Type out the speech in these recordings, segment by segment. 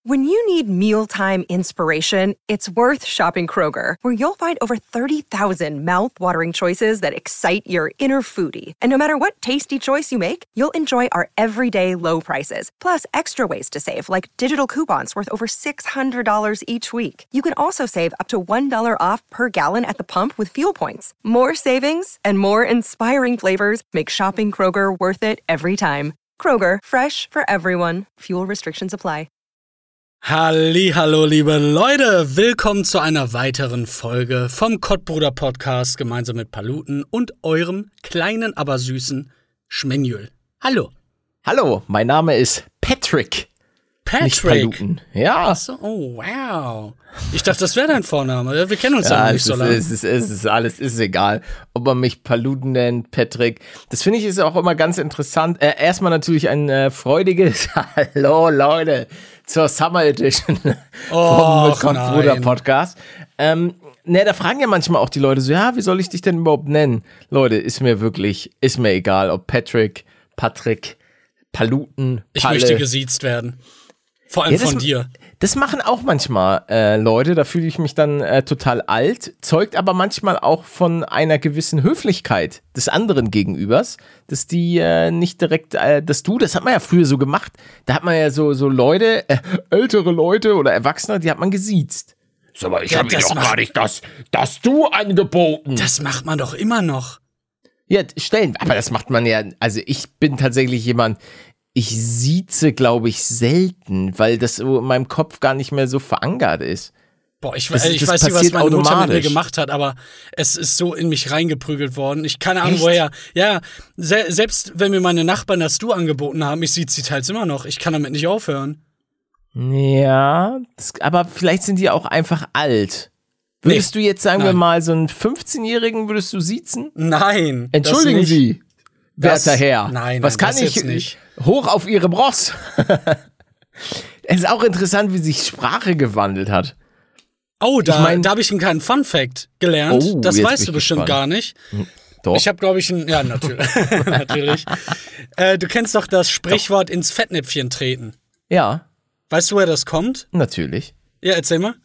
When you need mealtime inspiration, it's worth shopping Kroger, where you'll find over 30,000 mouth-watering choices that excite your inner foodie. And no matter what tasty choice you make, you'll enjoy our everyday low prices, plus extra ways to save, like digital coupons worth over $600 each week. You can also save up to $1 off per gallon at the pump with fuel points. More savings and more inspiring flavors make shopping Kroger worth it every time. Kroger, fresh for everyone. Fuel restrictions apply. Hallihallo, liebe Leute, willkommen zu einer weiteren Folge vom Kottbruder Podcast gemeinsam mit Paluten und eurem kleinen, aber süßen Schmenjül. Hallo. Hallo, mein Name ist Patrick. Nicht Paluten. Ja. Achso, oh wow. Ich dachte, das wäre dein Vorname. Wir kennen uns ja noch nicht so lange. Es ist alles, ist egal. Ob man mich Paluten nennt, Patrick. Das finde ich ist auch immer ganz interessant. Erstmal natürlich ein freudiges Hallo, Leute, zur Summer Edition vom Kottbruder Podcast. Da fragen ja manchmal auch die Leute so, ja, wie soll ich dich denn überhaupt nennen? Leute, ist mir egal, ob Patrick, Paluten, Ich Palle. möchte gesiezt werden. Vor allem von dir. Das machen auch manchmal Leute, da fühle ich mich dann total alt, zeugt aber manchmal auch von einer gewissen Höflichkeit des anderen Gegenübers, dass die nicht direkt, das hat man ja früher so gemacht, da hat man ja so Leute, ältere Leute oder Erwachsene, die hat man gesiezt. So, aber ich habe mir doch gar nicht das Du angeboten. Das macht man doch immer noch. Ja, aber das macht man ja, also ich bin tatsächlich jemand, ich sieze, glaube ich, selten, weil das so in meinem Kopf gar nicht mehr so verankert ist. Boah, ich weiß nicht, was meine Mutter mit mir gemacht hat, aber es ist so in mich reingeprügelt worden. Ich keine Ahnung, woher. Ja, selbst wenn mir meine Nachbarn das Du angeboten haben, ich sieze sie teils immer noch. Ich kann damit nicht aufhören. Ja, aber vielleicht sind die auch einfach alt. Würdest du jetzt, sagen wir mal, so einen 15-Jährigen würdest du siezen? Nein. Entschuldigen Sie, werter Herr. Nein, was kann ich jetzt nicht? Hoch auf Ihrem Ross. Es ist auch interessant, wie sich Sprache gewandelt hat. Oh, da habe ich einen kleinen Fun-Fact gelernt. Oh, das weißt du bestimmt gar nicht. Doch. Ich habe, glaube ich, ja, natürlich. natürlich. Du kennst doch das Sprichwort ins Fettnäpfchen treten. Ja. Weißt du, woher das kommt? Natürlich. Ja, erzähl mal.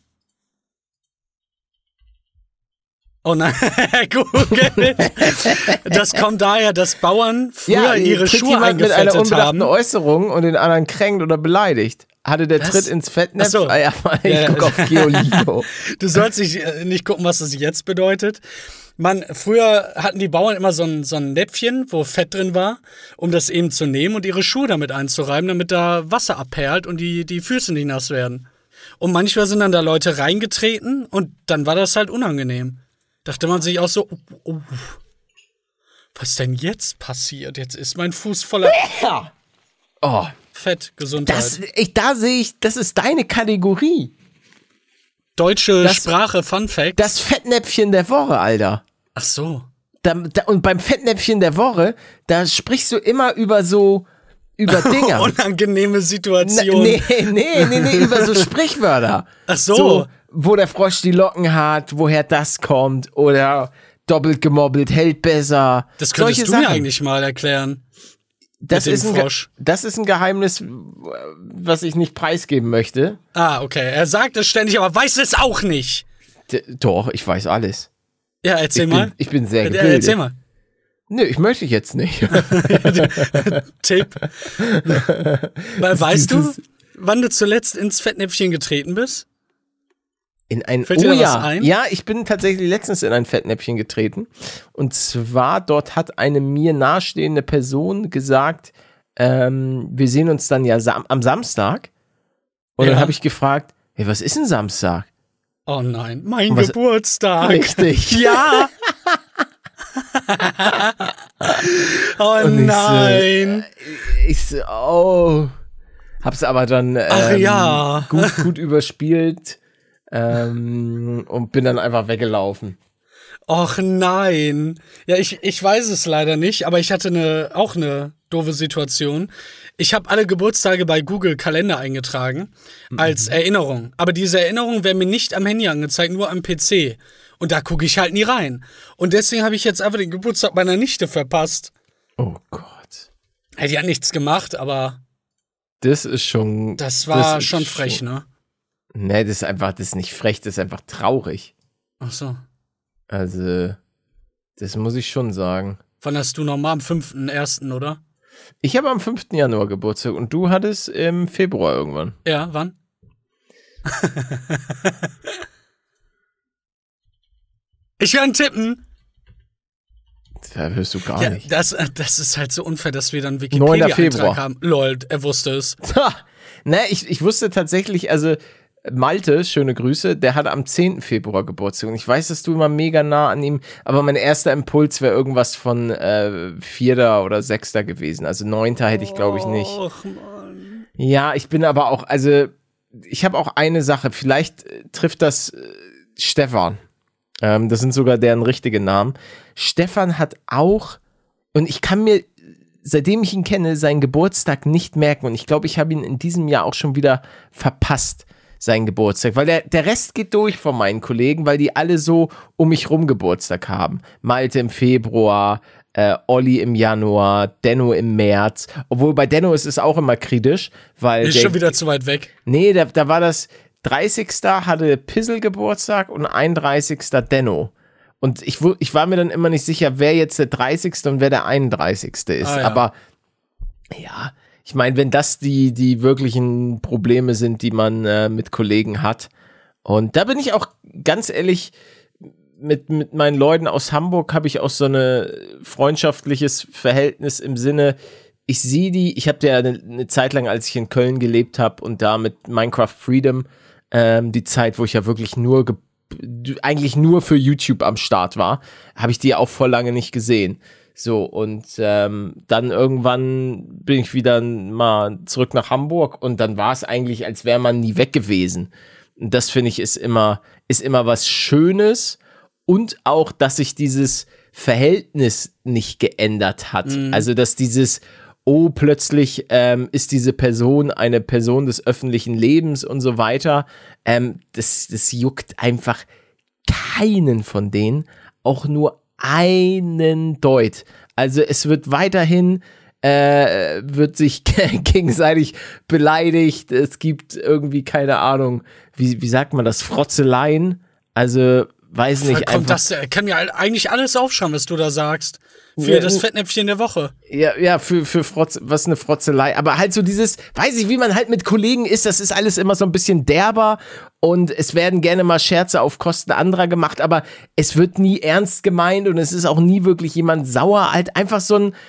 Oh nein, Google. Das kommt daher, dass Bauern früher ihre Schuhe eingefettet mit einer unbedachten haben. Äußerung und den anderen kränkt oder beleidigt. Hatte der Tritt ins Fettnäpfchen? Ich guck auf Geolito. Du sollst nicht gucken, was das jetzt bedeutet. Früher hatten die Bauern immer so ein Näpfchen, wo Fett drin war, um das eben zu nehmen und ihre Schuhe damit einzureiben, damit da Wasser abperlt und die Füße nicht nass werden. Und manchmal sind dann da Leute reingetreten und dann war das halt unangenehm. Dachte man sich auch so, was denn jetzt passiert? Jetzt ist mein Fuß voller Fett, Gesundheit. Da sehe ich, das ist deine Kategorie. Deutsche Sprache, Fun Fact. Das Fettnäpfchen der Woche, Alter. Ach so. Und beim Fettnäpfchen der Woche, da sprichst du immer über Dinge. Unangenehme Situationen. Nee, über so Sprichwörter. Ach so. Wo der Frosch die Locken hat, woher das kommt, oder doppelt gemobbelt, hält besser. Das könntest du mir eigentlich mal erklären. Das ist ein Geheimnis, was ich nicht preisgeben möchte. Ah, okay. Er sagt es ständig, aber weiß es auch nicht. Doch, ich weiß alles. Ja, erzähl mal. Ich bin sehr gebildet. Erzähl mal. Nö, ich möchte jetzt nicht. Tipp. Weißt du, wann du zuletzt ins Fettnäpfchen getreten bist? Fällt dir da was ein? Ja, ich bin tatsächlich letztens in ein Fettnäpfchen getreten. Und zwar, dort hat eine mir nahestehende Person gesagt, wir sehen uns dann ja am Samstag. Und dann habe ich gefragt, hey, was ist denn Samstag? Oh nein, mein Geburtstag. Richtig. Ja. Oh nein. Ich so, hab's aber dann gut überspielt. Und bin dann einfach weggelaufen. Och nein. Ja, ich weiß es leider nicht, aber ich hatte auch eine doofe Situation. Ich habe alle Geburtstage bei Google Kalender eingetragen als Erinnerung. Aber diese Erinnerungen werden mir nicht am Handy angezeigt, nur am PC. Und da gucke ich halt nie rein. Und deswegen habe ich jetzt einfach den Geburtstag meiner Nichte verpasst. Oh Gott. Die hat nichts gemacht, aber Das ist schon. Das war schon frech, ne? Nee, das ist nicht frech, das ist einfach traurig. Ach so. Also, das muss ich schon sagen. Wann hast du nochmal? Am 5.1., oder? Ich habe am 5. Januar Geburtstag und du hattest im Februar irgendwann. Ja, wann? Ich will tippen. Da hörst du gar nicht. Das ist halt so unfair, dass wir dann 9. Wikipedia-Eintrag haben. Lol, er wusste es. Ne, ich wusste tatsächlich, also Malte, schöne Grüße, der hatte am 10. Februar Geburtstag und ich weiß, dass du immer mega nah an ihm, aber mein erster Impuls wäre irgendwas von 4. oder 6. gewesen, also 9. hätte ich glaube ich nicht. Och, Mann. Ja, ich bin aber auch, also ich habe auch eine Sache, vielleicht trifft das Stefan, das sind sogar deren richtige Namen. Stefan hat auch, und ich kann mir, seitdem ich ihn kenne, seinen Geburtstag nicht merken und ich glaube, ich habe ihn in diesem Jahr auch schon wieder verpasst, seinen Geburtstag, weil der Rest geht durch von meinen Kollegen, weil die alle so um mich rum Geburtstag haben. Malte im Februar, Olli im Januar, Denno im März, obwohl bei Denno ist es auch immer kritisch, weil Ist schon wieder zu weit weg. Nee, da war das 30. hatte Pissel Geburtstag und 31. Denno. Und ich war mir dann immer nicht sicher, wer jetzt der 30. und wer der 31. ist. Ja. Aber ja, ich meine, wenn das die wirklichen Probleme sind, die man mit Kollegen hat. Und da bin ich auch ganz ehrlich, mit meinen Leuten aus Hamburg habe ich auch so ein freundschaftliches Verhältnis im Sinne, ich sehe ich habe ja eine Zeit lang, als ich in Köln gelebt habe und da mit Minecraft Freedom, die Zeit, wo ich ja wirklich eigentlich nur für YouTube am Start war, habe ich die auch voll lange nicht gesehen. So, und dann irgendwann bin ich wieder mal zurück nach Hamburg und dann war es eigentlich, als wäre man nie weg gewesen. Und das, finde ich, ist immer was Schönes und auch, dass sich dieses Verhältnis nicht geändert hat. Mhm. Also, dass plötzlich ist diese Person eine Person des öffentlichen Lebens und so weiter. Das juckt einfach keinen von denen, auch nur einen Deut. Also es wird weiterhin, wird sich gegenseitig beleidigt. Es gibt irgendwie, keine Ahnung, wie sagt man das, Frotzeleien. Also, weiß nicht. Das kann mir eigentlich alles aufschauen, was du da sagst. Für das Fettnäpfchen der Woche. Ja, für was eine Frotzelei. Aber halt so dieses, weiß ich, wie man halt mit Kollegen ist, das ist alles immer so ein bisschen derber und es werden gerne mal Scherze auf Kosten anderer gemacht, aber es wird nie ernst gemeint und es ist auch nie wirklich jemand sauer. Halt einfach so ein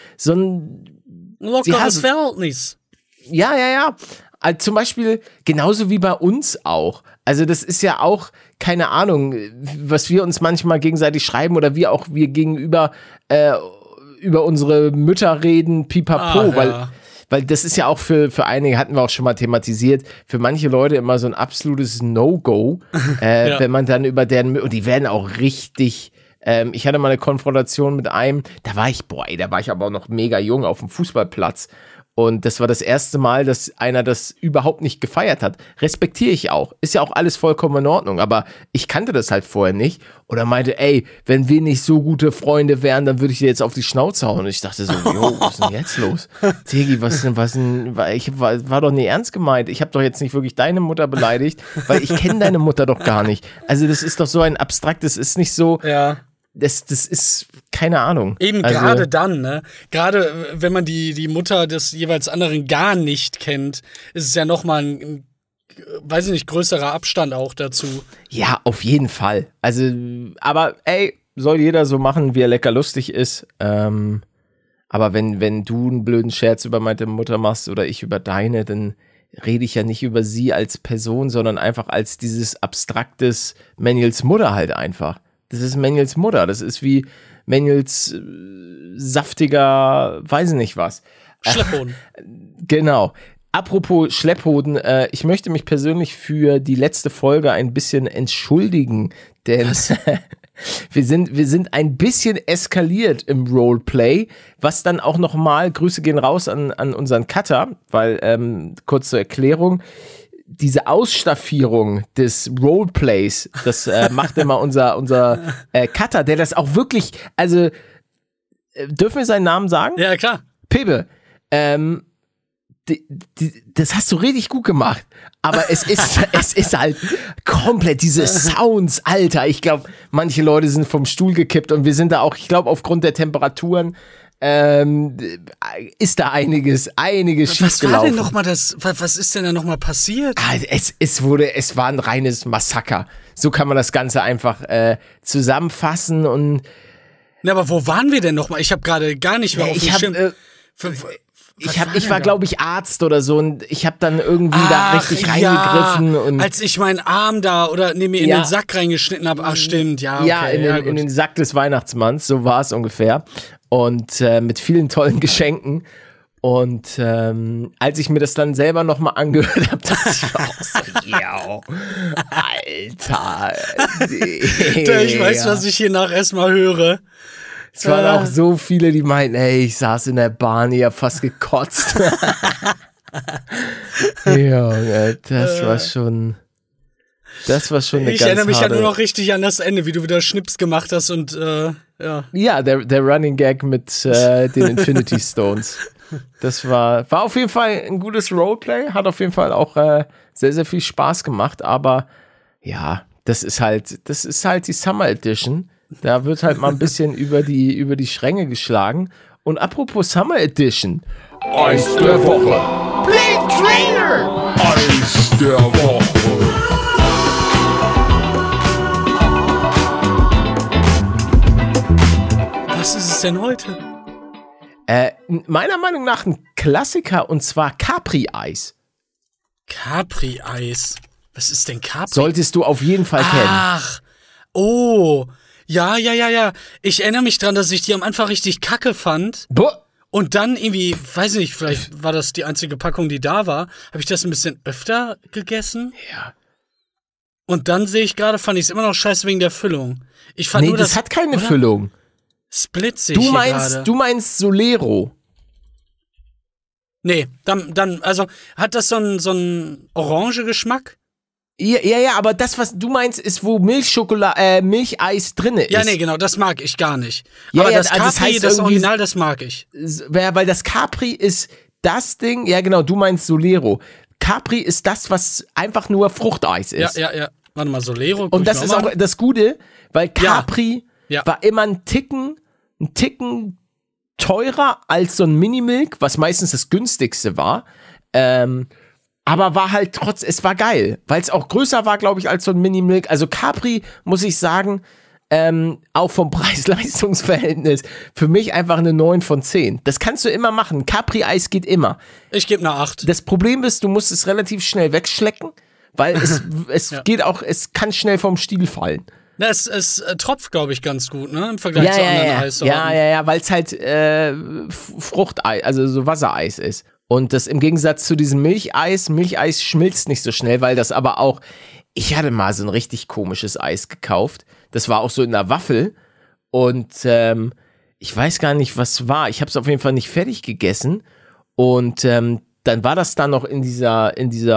lockeres Verhältnis. Ja. Also zum Beispiel genauso wie bei uns auch. Also das ist ja auch, keine Ahnung, was wir uns manchmal gegenseitig schreiben oder wir gegenüber über unsere Mütter reden, pipapo, weil das ist ja auch für einige, hatten wir auch schon mal thematisiert, für manche Leute immer so ein absolutes No-Go, wenn man dann über und die werden auch richtig, ich hatte mal eine Konfrontation mit einem, da war ich aber auch noch mega jung auf dem Fußballplatz. Und das war das erste Mal, dass einer das überhaupt nicht gefeiert hat. Respektiere ich auch. Ist ja auch alles vollkommen in Ordnung. Aber ich kannte das halt vorher nicht. Oder meinte, ey, wenn wir nicht so gute Freunde wären, dann würde ich dir jetzt auf die Schnauze hauen. Und ich dachte so, was ist denn jetzt los? Tegi, war doch nie ernst gemeint. Ich habe doch jetzt nicht wirklich deine Mutter beleidigt, weil ich kenne deine Mutter doch gar nicht. Also das ist doch so ein abstraktes, ist nicht so... Ja. Das ist, keine Ahnung. Eben gerade dann, ne? Gerade wenn man die Mutter des jeweils anderen gar nicht kennt, ist es ja nochmal ein, weiß ich nicht, größerer Abstand auch dazu. Ja, auf jeden Fall. Also, aber ey, soll jeder so machen, wie er lecker lustig ist. Aber wenn du einen blöden Scherz über meine Mutter machst oder ich über deine, dann rede ich ja nicht über sie als Person, sondern einfach als dieses abstraktes Manuels Mutter halt einfach. Das ist Manuels Mutter. Das ist wie Manuels saftiger, weiß ich nicht was. Schlepphoden. Genau. Apropos Schlepphoden, ich möchte mich persönlich für die letzte Folge ein bisschen entschuldigen, denn wir sind ein bisschen eskaliert im Roleplay, was dann auch nochmal, Grüße gehen raus an unseren Cutter, weil, kurz zur Erklärung, diese Ausstaffierung des Roleplays, das macht immer unser Cutter, der das auch wirklich, also dürfen wir seinen Namen sagen? Ja, klar. Pepe, das hast du richtig gut gemacht. Aber es ist halt komplett diese Sounds, Alter. Ich glaube, manche Leute sind vom Stuhl gekippt und wir sind da auch, ich glaube, aufgrund der Temperaturen ist da einiges schiefgelaufen. Was war denn nochmal was ist denn da nochmal passiert? Es war ein reines Massaker. So kann man das Ganze einfach zusammenfassen und. Na, aber wo waren wir denn nochmal? Ich habe gerade gar nicht mehr auf dem Schirm. Ich war, glaube ich, Arzt oder so und ich habe dann irgendwie da richtig reingegriffen. Und als ich meinen Arm da mir in den Sack reingeschnitten habe. Ach, stimmt, ja. Okay, ja, in den Sack des Weihnachtsmanns, so war es ungefähr. Und mit vielen tollen Geschenken. Und als ich mir das dann selber nochmal angehört habe, dachte ich auch so, ja, Alter. Ich weiß, was ich hier nach erstmal höre. Es waren auch so viele, die meinten, hey, ich saß in der Bahn, ich hab fast gekotzt. Ja, das war schon eine Ich ganz erinnere mich harte... ja nur noch richtig an das Ende, wie du wieder Schnips gemacht hast und ja. Ja, der Running Gag mit den Infinity Stones. Das war auf jeden Fall ein gutes Roleplay, hat auf jeden Fall auch sehr, sehr viel Spaß gemacht, aber ja, das ist halt die Summer Edition. Da wird halt mal ein bisschen über die Schränke geschlagen. Und apropos Summer Edition. Eis der Woche. Blade Trainer! Eis der Woche. Was ist es denn heute? Meiner Meinung nach ein Klassiker und zwar Capri-Eis. Capri-Eis? Was ist denn Capri? Solltest du auf jeden Fall kennen. Ach, oh. Ja. Ich erinnere mich dran, dass ich die am Anfang richtig kacke fand. Boah. Und dann irgendwie, weiß nicht, vielleicht war das die einzige Packung, die da war. Habe ich das ein bisschen öfter gegessen? Ja. Und dann sehe ich gerade, fand ich es immer noch scheiße wegen der Füllung. Ich fand Nee, nur das hat keine Füllung. Split sehe ich hier gerade. Du meinst Solero. Nee, dann, also, hat das so einen orange Geschmack? Ja, aber das, was du meinst, ist, wo Milcheis drinne ist. Ja, nee, genau, das mag ich gar nicht. Ja, aber ja, das also Capri, das heißt das irgendwie- Original, das mag ich. Weil das Capri ist das Ding, ja genau, du meinst Solero. Capri ist das, was einfach nur Fruchteis ist. Ja. Warte mal, Solero. Und das ist auch das Gute, weil Capri Ja. war immer ein Ticken teurer als so ein Minimilk, was meistens das günstigste war. Aber war halt es war geil, weil es auch größer war, glaube ich, als so ein Minimilk. Also Capri, muss ich sagen, auch vom Preis-Leistungs-Verhältnis, für mich einfach eine 9 von 10. Das kannst du immer machen. Capri-Eis geht immer. Ich gebe eine 8. Das Problem ist, du musst es relativ schnell wegschlecken, weil es Ja. geht auch, es kann schnell vom Stiel fallen. Na, es tropft, glaube ich, ganz gut, ne? Im Vergleich zu anderen Eissorten. Ja, weil es halt Fruchteis, also so Wassereis ist. Und das im Gegensatz zu diesem Milcheis schmilzt nicht so schnell, weil das aber auch, ich hatte mal so ein richtig komisches Eis gekauft. Das war auch so in einer Waffel und ich weiß gar nicht, was war. Ich habe es auf jeden Fall nicht fertig gegessen und dann war das dann noch in dieser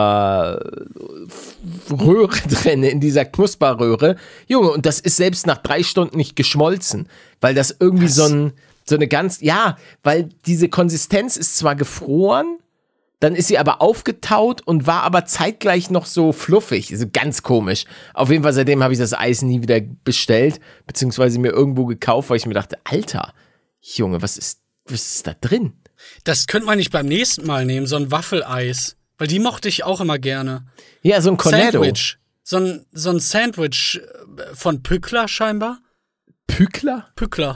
Röhre drin, in dieser Knusperröhre. Junge, und das ist selbst nach 3 Stunden nicht geschmolzen, weil das irgendwie so eine ganz, ja, weil diese Konsistenz ist zwar gefroren, dann ist sie aber aufgetaut und war aber zeitgleich noch so fluffig. Also ganz komisch. Auf jeden Fall, seitdem habe ich das Eis nie wieder bestellt, beziehungsweise mir irgendwo gekauft, weil ich mir dachte, Alter, Junge, was ist da drin? Das könnte man nicht beim nächsten Mal nehmen, so ein Waffeleis. Weil die mochte ich auch immer gerne. Ja, so ein Cornetto. Sandwich. So ein Sandwich von Pückler scheinbar. Pückler? Pückler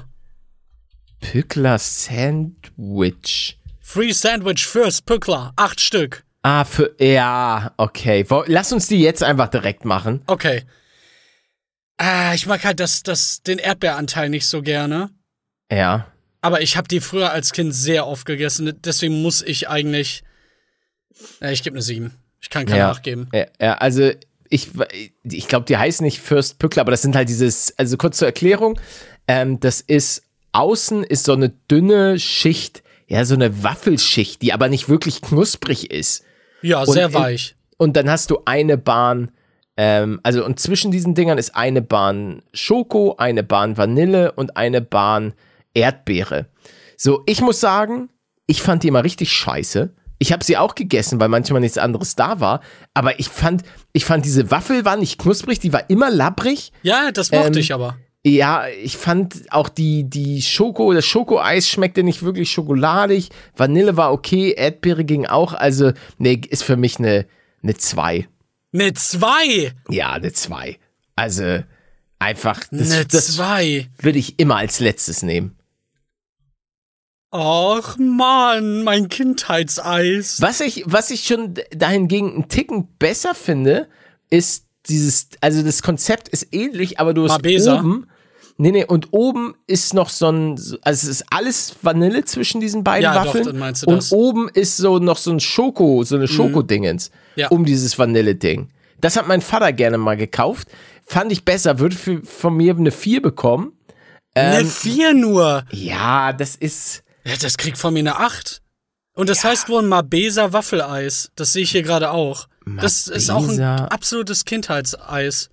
Sandwich. Free Sandwich first, Pückler. 8 Stück. Ja, okay. Lass uns die jetzt einfach direkt machen. Okay. Ich mag halt den Erdbeeranteil nicht so gerne. Ja. Aber ich habe die früher als Kind sehr oft gegessen. Deswegen muss ich eigentlich. Ich gebe eine 7. Ich kann keine nachgeben. Ja, also ich glaube, die heißen nicht First Pückler, aber das sind halt also kurz zur Erklärung, das ist, außen ist so eine dünne Schicht, ja, so eine Waffelschicht, die aber nicht wirklich knusprig ist. Ja, sehr weich. Und dann hast du eine Bahn, und zwischen diesen Dingern ist eine Bahn Schoko, eine Bahn Vanille und eine Bahn Erdbeere. So, ich muss sagen, ich fand die immer richtig scheiße, Ich habe sie auch gegessen, weil manchmal nichts anderes da war. Aber ich fand diese Waffel war nicht knusprig, die war immer labbrig. Ja, das mochte ich aber. Ja, ich fand auch das Schokoeis schmeckte nicht wirklich schokoladig. Vanille war okay, Erdbeere ging auch. Also, nee, ist für mich eine 2. Eine 2? Ja, eine 2. Also, einfach, Eine 2. würde ich immer als letztes nehmen. Ach Mann, mein Kindheitseis. Was ich schon dahingegen einen Ticken besser finde, ist also das Konzept ist ähnlich, aber du hast Mabesa. oben, und oben ist noch also es ist alles Vanille zwischen diesen beiden Ja, doch, Waffeln. dann meinst du und das. oben ist noch so eine Schokodingens Ja. um dieses Vanille-Ding. Das hat mein Vater gerne mal gekauft. Fand ich besser, würde von mir eine 4 bekommen. Eine 4 nur. Ja, das ist... Ja, das kriegt von mir eine 8. Und das heißt wohl Mabesa Waffeleis. Das sehe ich hier gerade auch. Das ist auch ein Mabesa. absolutes Kindheitseis.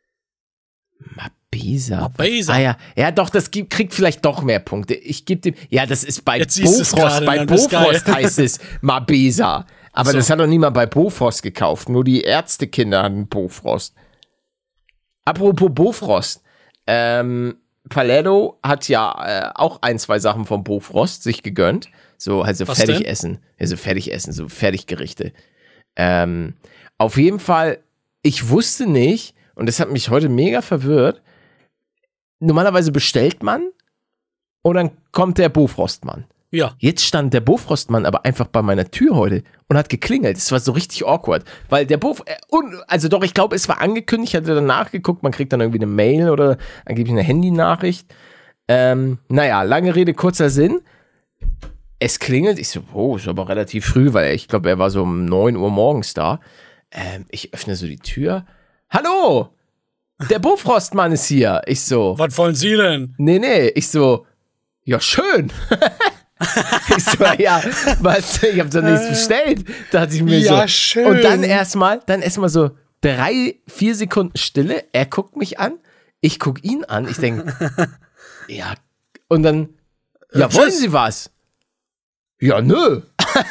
Mabesa. Mabesa. Ah ja, ja doch, das kriegt vielleicht doch mehr Punkte. Ich gebe dem, ja, das ist bei Jetzt siehst du's Bofrost. gerade, Bei dann bist Bofrost geil. heißt es Mabesa. Aber So. das hat doch niemand bei Bofrost gekauft. Nur die Ärztekinder hatten Bofrost. Apropos Bofrost. Paletto hat ja auch 1, 2 Sachen vom Bofrost sich gegönnt. So, also Was Fertigessen. Also Fertigessen, so Fertiggerichte. Auf jeden Fall, ich wusste nicht, und das hat mich heute mega verwirrt, normalerweise bestellt man und dann kommt der Bofrostmann. Ja. Jetzt stand der Bofrostmann aber einfach bei meiner Tür heute und hat geklingelt. Das war so richtig awkward, weil der ich glaube, es war angekündigt, ich hatte dann nachgeguckt, man kriegt dann irgendwie eine Mail oder angeblich eine Handynachricht. Naja, lange Rede, kurzer Sinn. Es klingelt, ich so, ist aber relativ früh, weil ich glaube, er war so um 9 Uhr morgens da. Ich öffne so die Tür. Hallo, der Bofrostmann ist hier. Ich so, Was wollen Sie denn? nee, ich so, ja, schön. Ich so, ja, was, ich hab doch nichts bestellt. Dachte ich mir Ja, so. schön. Und dann erstmal so 3, 4 Sekunden Stille. Er guckt mich an, ich guck ihn an. Ich denke, ja. Und dann, ja, wollen Sie was? Ja, nö.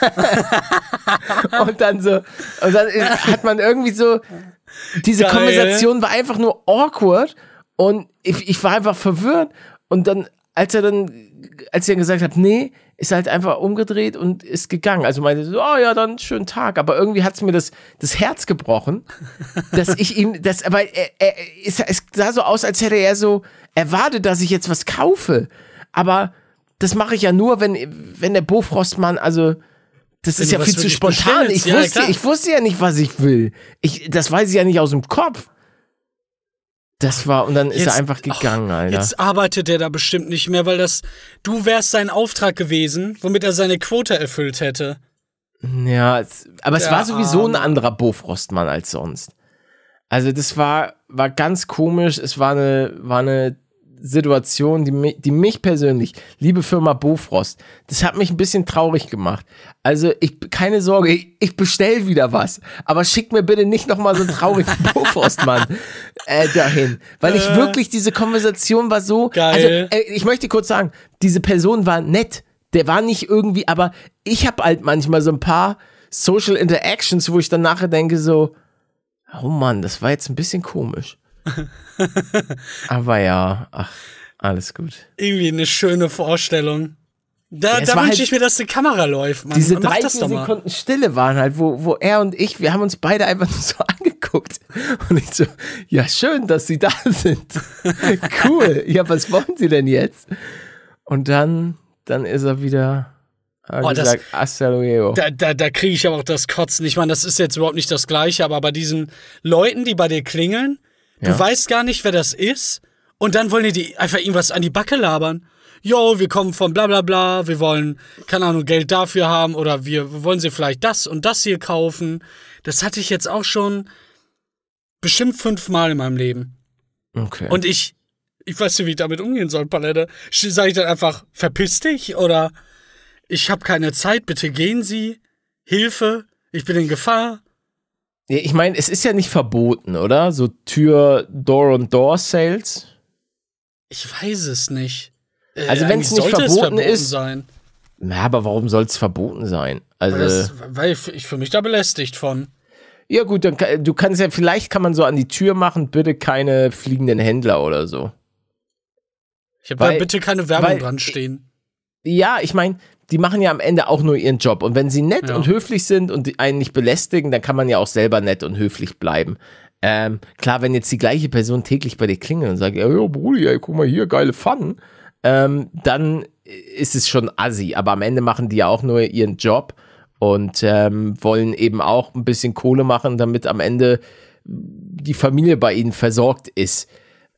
und dann hat man irgendwie so, diese Geil. Konversation war einfach nur awkward und ich war einfach verwirrt. Und dann, als er gesagt hat, nee, ist er halt einfach umgedreht und ist gegangen. Also meinte so, oh ja, dann schönen Tag. Aber irgendwie hat es mir das Herz gebrochen, dass ich ihm, aber es sah so aus, als hätte er so erwartet, dass ich jetzt was kaufe. Aber das mache ich ja nur, wenn der Bofrostmann, also das ist ja viel zu spontan. Ich wusste ja nicht, was ich will. Das weiß ich ja nicht aus dem Kopf. Das war, und dann ist er einfach gegangen, Alter. Jetzt arbeitet er da bestimmt nicht mehr, weil du wärst sein Auftrag gewesen, womit er seine Quote erfüllt hätte. Ja, aber es war sowieso ein Arme. anderer Bofrostmann als sonst. Also das war ganz komisch. Es war eine Situation, die mich persönlich, liebe Firma Bofrost, das hat mich ein bisschen traurig gemacht. Also keine Sorge, ich bestell wieder was, aber schick mir bitte nicht nochmal so einen traurigen Bofrostmann dahin, weil ich wirklich, diese Konversation war so, Geil. also ich möchte kurz sagen, diese Person war nett, der war nicht irgendwie, aber ich habe halt manchmal so ein paar Social Interactions, wo ich dann nachher denke so, oh Mann, das war jetzt ein bisschen komisch. Aber ja, ach, alles gut. Irgendwie eine schöne Vorstellung. Da es war wünsche halt ich mir, dass die Kamera läuft, Mann. Diese Mach 3 das doch mal. Sekunden Stille waren halt, wo er und ich, wir haben uns beide einfach nur so angeguckt. Und ich so, ja, schön, dass Sie da sind. Cool. Ja, was wollen Sie denn jetzt? Und dann ist er wieder, gesagt, hasta luego. Da kriege ich aber auch das Kotzen. Ich meine, das ist jetzt überhaupt nicht das Gleiche, aber bei diesen Leuten, die bei dir klingeln, du weißt gar nicht, wer das ist, und dann wollen die einfach irgendwas an die Backe labern. Jo, wir kommen von bla bla bla, wir wollen, keine Ahnung, Geld dafür haben, oder wir wollen sie vielleicht das und das hier kaufen. Das hatte ich jetzt auch schon bestimmt 5-mal in meinem Leben. Okay. Und ich weiß nicht, wie ich damit umgehen soll, Palette. Sag ich dann einfach, verpiss dich, oder ich habe keine Zeit, bitte gehen Sie, Hilfe, ich bin in Gefahr. Ja, ich meine, es ist ja nicht verboten, oder? So Door-on-Door-Sales. Ich weiß es nicht. Also wenn es nicht sollte verboten ist, sein. Ja, aber warum soll es verboten sein? Also, weil ich fühle mich da belästigt von. ja gut, dann du kannst ja, vielleicht kann man so an die Tür machen, bitte keine fliegenden Händler oder so. Ich habe da bitte keine Werbung dran stehen. Ja, ich meine, die machen ja am Ende auch nur ihren Job. Und wenn sie nett und höflich sind und einen nicht belästigen, dann kann man ja auch selber nett und höflich bleiben. Klar, wenn jetzt die gleiche Person täglich bei dir klingelt und sagt, ja, Brudi, ey, guck mal hier, geile Pfannen, dann ist es schon assi. Aber am Ende machen die ja auch nur ihren Job und wollen eben auch ein bisschen Kohle machen, damit am Ende die Familie bei ihnen versorgt ist.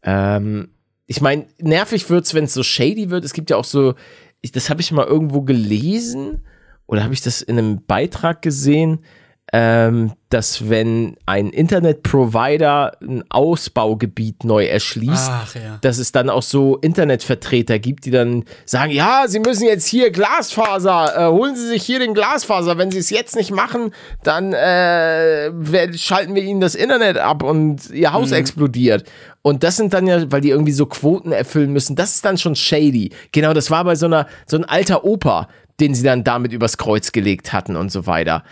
Ich meine, nervig wird's, wenn es so shady wird. Es gibt ja auch so, das habe ich mal irgendwo gelesen oder habe ich das in einem Beitrag gesehen, dass wenn ein Internetprovider ein Ausbaugebiet neu erschließt, dass es dann auch so Internetvertreter gibt, die dann sagen, ja, Sie müssen jetzt hier Glasfaser, holen Sie sich hier den Glasfaser, wenn Sie es jetzt nicht machen, dann schalten wir Ihnen das Internet ab und Ihr Haus explodiert. Und das sind dann ja, weil die irgendwie so Quoten erfüllen müssen, das ist dann schon shady. Genau, das war bei so ein alter Opa, den sie dann damit übers Kreuz gelegt hatten und so weiter.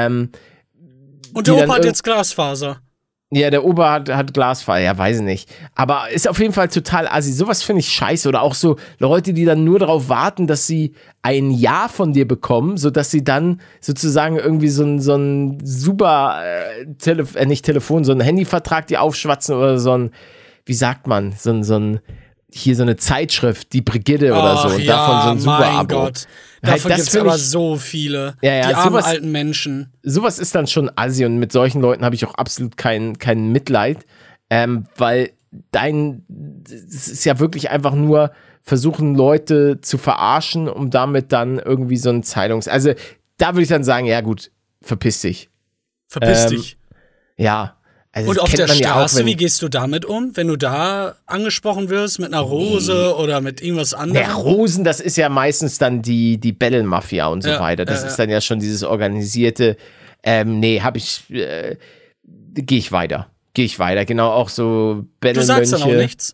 Und der Opa hat jetzt Glasfaser. Ja, der Opa hat Glasfaser, ja, weiß ich nicht. Aber ist auf jeden Fall total assi. Sowas finde ich scheiße. Oder auch so Leute, die dann nur darauf warten, dass sie ein Ja von dir bekommen, sodass sie dann sozusagen irgendwie so ein super, nicht Telefon, so ein Handyvertrag, die aufschwatzen oder so ein, wie sagt man, hier so eine Zeitschrift, die Brigitte oder so. Und davon so ein super Abo. Mein Gott. Davon gibt es aber so viele. Ja, die armen alten Menschen. Sowas ist dann schon assi und mit solchen Leuten habe ich auch absolut kein Mitleid, weil es ist ja wirklich einfach nur versuchen, Leute zu verarschen, um damit dann irgendwie so ein Also da würde ich dann sagen, ja gut, verpiss dich. Verpiss dich. Ja. Also und auf der Straße, ja auch, wie gehst du damit um, wenn du da angesprochen wirst mit einer Rose oder mit irgendwas anderem? Ja, Rosen, das ist ja meistens dann die Battle-Mafia und so weiter. Das ist dann ja schon dieses organisierte, gehe ich weiter. Genau, auch so Battle-Mönche. Du sagst dann auch nichts?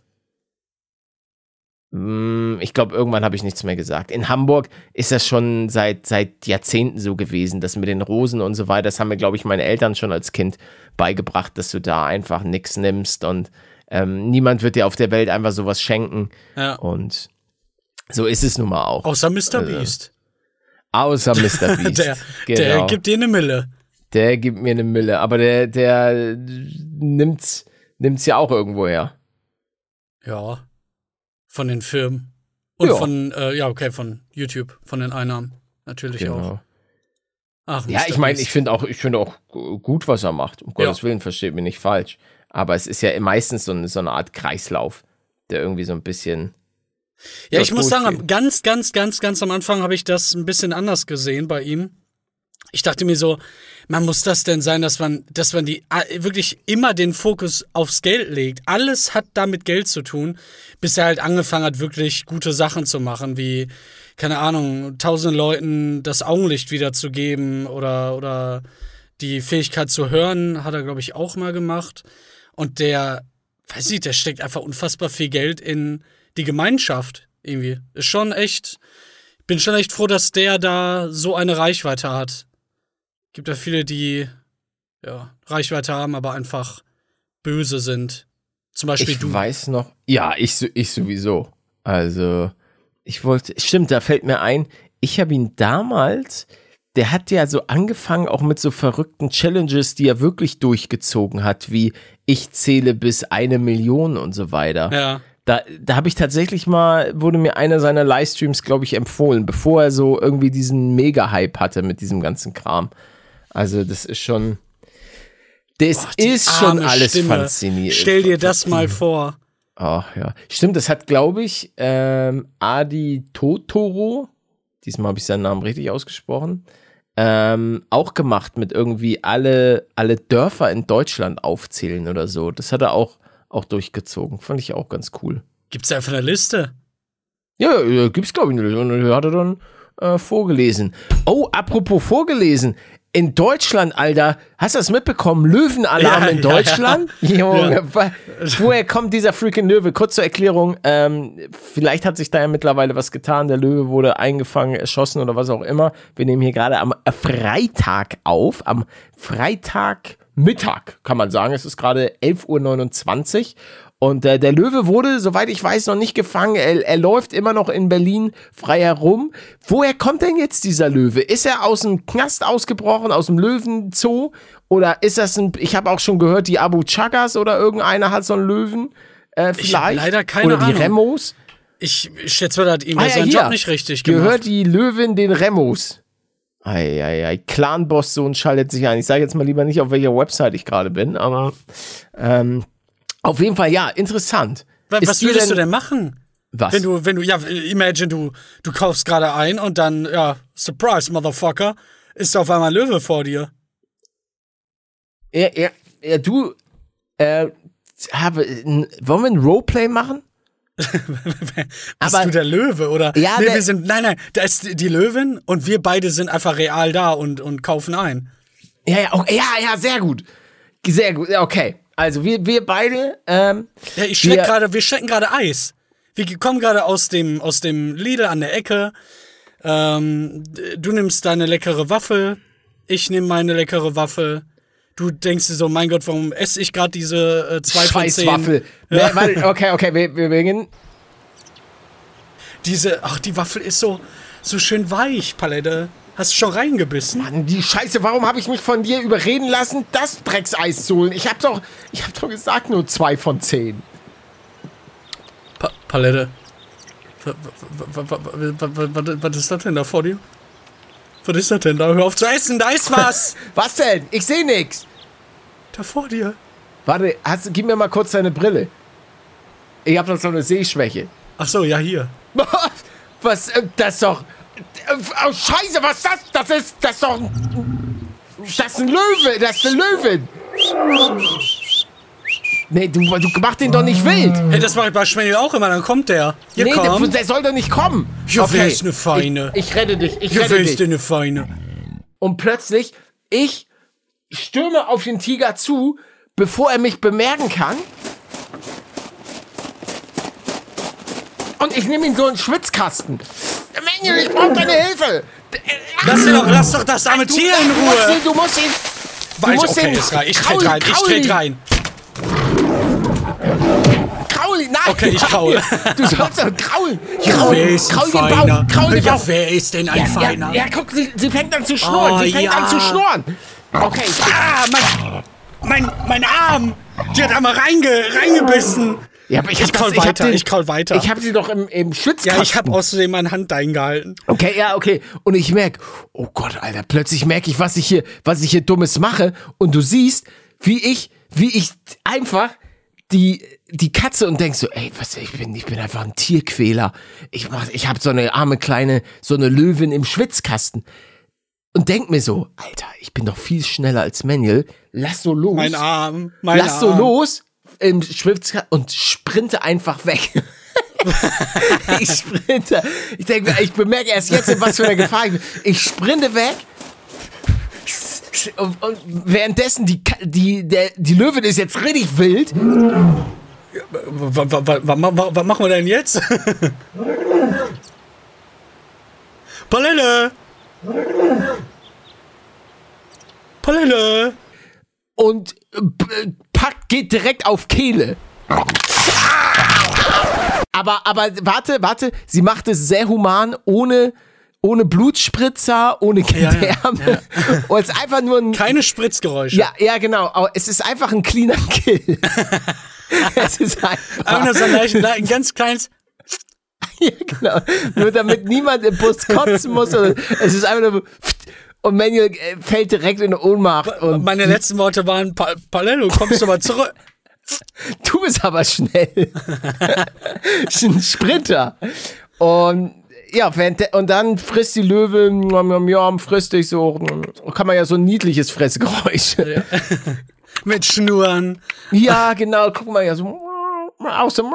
Ich glaube, irgendwann habe ich nichts mehr gesagt. In Hamburg ist das schon seit Jahrzehnten so gewesen, das mit den Rosen und so weiter. Das haben mir, glaube ich, meine Eltern schon als Kind beigebracht, dass du da einfach nichts nimmst und niemand wird dir auf der Welt einfach sowas schenken. Ja. Und so ist es nun mal auch. Außer Mr. Beast. Außer Mr. Beast. Der gibt dir eine Mille. Der gibt mir eine Mille, aber der nimmt's ja auch irgendwo her. Ja. Von den Firmen. Und von YouTube, von den Einnahmen. Natürlich auch. Ach, ja, ich meine, ich finde auch gut, was er macht. Um Gottes Willen, versteht mich nicht falsch. Aber es ist ja meistens so eine Art Kreislauf, der irgendwie so ein bisschen. Ja, ich muss sagen, ganz am Anfang habe ich das ein bisschen anders gesehen bei ihm. Ich dachte mir so, man muss das denn sein, dass man die wirklich immer den Fokus aufs Geld legt. Alles hat da mit Geld zu tun, bis er halt angefangen hat, wirklich gute Sachen zu machen, wie, keine Ahnung, 1000 Leuten das Augenlicht wiederzugeben oder die Fähigkeit zu hören, hat er, glaube ich, auch mal gemacht. Und der steckt einfach unfassbar viel Geld in die Gemeinschaft irgendwie. Bin schon echt froh, dass der da so eine Reichweite hat. Gibt ja viele, die Reichweite haben, aber einfach böse sind. Zum Beispiel du. Ich weiß noch. Ja, ich sowieso. Also, stimmt, da fällt mir ein, ich habe ihn damals, der hat ja so angefangen, auch mit so verrückten Challenges, die er wirklich durchgezogen hat, wie ich zähle bis 1 Million und so weiter. Ja. Da habe ich tatsächlich wurde mir einer seiner Livestreams, glaube ich, empfohlen, bevor er so irgendwie diesen Mega-Hype hatte mit diesem ganzen Kram. Also das ist schon, ist schon alles Stimme. Faszinierend. Stell dir das mal vor. Ach ja, stimmt, das hat, glaube ich, Adi Totoro, diesmal habe ich seinen Namen richtig ausgesprochen, auch gemacht mit irgendwie alle Dörfer in Deutschland aufzählen oder so. Das hat er auch durchgezogen. Fand ich auch ganz cool. Gibt's da einfach eine Liste? Ja, gibt's, glaube ich, eine Liste. Und hat er dann vorgelesen. Oh, apropos vorgelesen. In Deutschland, Alter, hast du das mitbekommen? Löwenalarm in Deutschland? Junge, woher kommt dieser freaking Löwe? Kurz zur Erklärung, vielleicht hat sich da ja mittlerweile was getan. Der Löwe wurde eingefangen, erschossen oder was auch immer. Wir nehmen hier gerade am Freitag auf, am Freitagmittag, kann man sagen. Es ist gerade 11:29 Uhr. Und der Löwe wurde, soweit ich weiß, noch nicht gefangen. Er läuft immer noch in Berlin frei herum. Woher kommt denn jetzt dieser Löwe? Ist er aus dem Knast ausgebrochen, aus dem Löwenzoo? Oder ist das ich habe auch schon gehört, die Abu Chagas oder irgendeiner hat so einen Löwen vielleicht? Ich habe leider keine Ahnung. Oder die Remos? Ich schätze mal, da hat ihm seinen Job nicht richtig gemacht. Gehört die Löwin den Remos? Eieiei, Clan-Boss-Sohn schaltet sich ein. Ich sage jetzt mal lieber nicht, auf welcher Website ich gerade bin, aber auf jeden Fall, ja, interessant. Was würdest du denn machen? Was? Wenn du, ja, imagine, du kaufst gerade ein und dann, ja, surprise, Motherfucker, ist auf einmal ein Löwe vor dir. Wollen wir ein Roleplay machen? Bist du der Löwe, oder? Ja, nee, nein, da ist die Löwin und wir beide sind einfach real da und kaufen ein. Ja, sehr gut. Sehr gut, okay. Also wir beide, ja, wir schlecken gerade Eis. Wir kommen gerade aus dem Lidl an der Ecke. Du nimmst deine leckere Waffel, ich nehme meine leckere Waffel. Du denkst dir so, mein Gott, warum esse ich gerade diese 2 von 10? Scheißwaffel. Ja. Okay, wir beginnen. Die Waffel ist so schön weich, Palette. Hast du schon reingebissen? Mann, die Scheiße, warum habe ich mich von dir überreden lassen, das Dreckseis zu holen? Ich hab doch gesagt, nur 2 von 10. Palette. Was ist das denn da vor dir? Was ist das denn da? Hör auf zu essen, da ist was! Was denn? Ich sehe nix. Da vor dir. Warte, gib mir mal kurz deine Brille. Ich habe doch so eine Sehschwäche. Ach so, ja, hier. Was, das ist doch... Oh, Scheiße, was ist das? Das ist doch... Das ist ein Löwe, das ist eine Löwin. Nee, du machst den doch nicht wild. Hey, das mache ich bei Schwengel auch immer, dann kommt der. Hier, nee, komm. Der soll doch nicht kommen. Ja, okay. Wer ist eine Feine? Ich rette dich, wer ist eine Feine? Und plötzlich, ich stürme auf den Tiger zu, bevor er mich bemerken kann. Und ich nehme ihn so in den Schwitzkasten. Manuel, ich brauche deine Hilfe. Lass doch das arme Tier in Ruhe. Du musst ihn. Ich trete rein. Krauli, nein. Okay, ich kraule. Du sollst doch kraulen. Wer ist ein Feiner? Ja, wer ist denn ein Feiner? Ja, guck, sie fängt an zu schnurren. Okay. Mein Arm. Die hat einmal reingebissen. Ja, aber ich kraul weiter. Ich habe sie doch im Schwitzkasten. Ja, ich habe außerdem meine Hand eingehalten. Okay. Und ich merke, oh Gott, Alter, plötzlich merke ich, was ich hier Dummes mache. Und du siehst, wie ich einfach die Katze und denkst so, ey, ich bin einfach ein Tierquäler. Ich habe so eine arme kleine, so eine Löwin im Schwitzkasten. Und denk mir so, Alter, ich bin doch viel schneller als Manuel. Lass so los. Mein Arm. So los im Schwitzkasten und sprinte einfach weg. Ich sprinte. Ich denke, ich bemerke erst jetzt, in was für einer Gefahr ich bin. Ich sprinte weg. Und währenddessen, die Löwin ist jetzt richtig wild. Was machen wir denn jetzt? Palette! Und geht direkt auf Kehle. Aber warte, sie macht es sehr human, ohne Blutspritzer, ohne Gedärme. Ja. Und es ist einfach nur keine Spritzgeräusche. Ja, genau. Aber es ist einfach ein cleaner Kill. Es ist einfach nur so ein ganz kleines. Ja, genau. Nur damit niemand im Bus kotzen muss. Es ist einfach nur. Und Manuel fällt direkt in Ohnmacht. Und meine letzten Worte waren: Palello, kommst du mal zurück? Du bist aber schnell. Ein Sprinter. Und ja, und dann frisst die Löwe, frisst dich so. Kann man ja so ein niedliches Fressgeräusch. Ja. Mit Schnurren. Ja, genau. Guck mal, ja so. Aus dem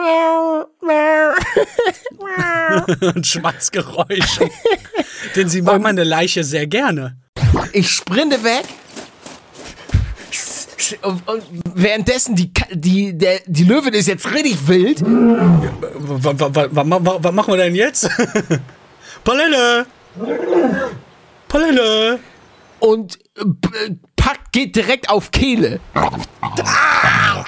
und Schmatzgeräusche. Denn sie mag meine Leiche sehr gerne. Ich sprinte weg. Und währenddessen, die Löwin ist jetzt richtig wild. Was machen wir denn jetzt? Palette! Palette! Und geht direkt auf Kehle. Ah!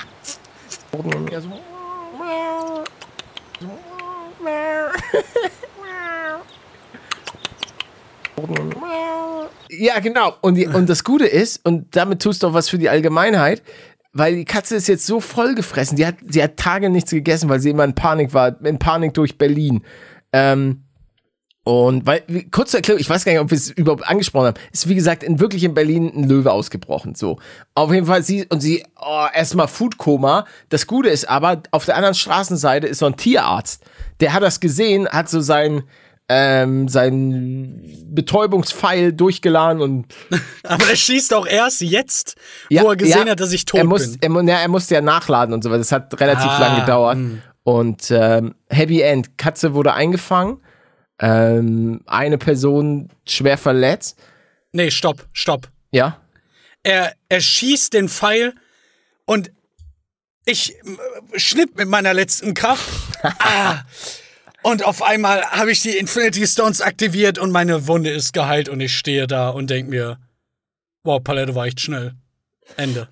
Ja, genau. Und das Gute ist, und damit tust du auch was für die Allgemeinheit, weil die Katze ist jetzt so vollgefressen, die hat Tage nichts gegessen, weil sie immer in Panik war, in Panik durch Berlin. Und kurz zur Erklärung, ich weiß gar nicht, ob wir es überhaupt angesprochen haben, ist wie gesagt wirklich in Berlin ein Löwe ausgebrochen. So. Auf jeden Fall sie erstmal Foodkoma. Das Gute ist aber, auf der anderen Straßenseite ist so ein Tierarzt. Der hat das gesehen, hat so sein Betäubungspfeil durchgeladen und. Aber er schießt auch erst jetzt, wo er gesehen hat, dass ich tot bin. Er musste ja nachladen und so, weil das hat relativ lang gedauert. Und Happy End, Katze wurde eingefangen, eine Person schwer verletzt. Nee, stopp. Ja? Er schießt den Pfeil und ich schnipp mit meiner letzten Kraft. Und auf einmal habe ich die Infinity Stones aktiviert und meine Wunde ist geheilt und ich stehe da und denke mir, wow, Palette war echt schnell. Ende.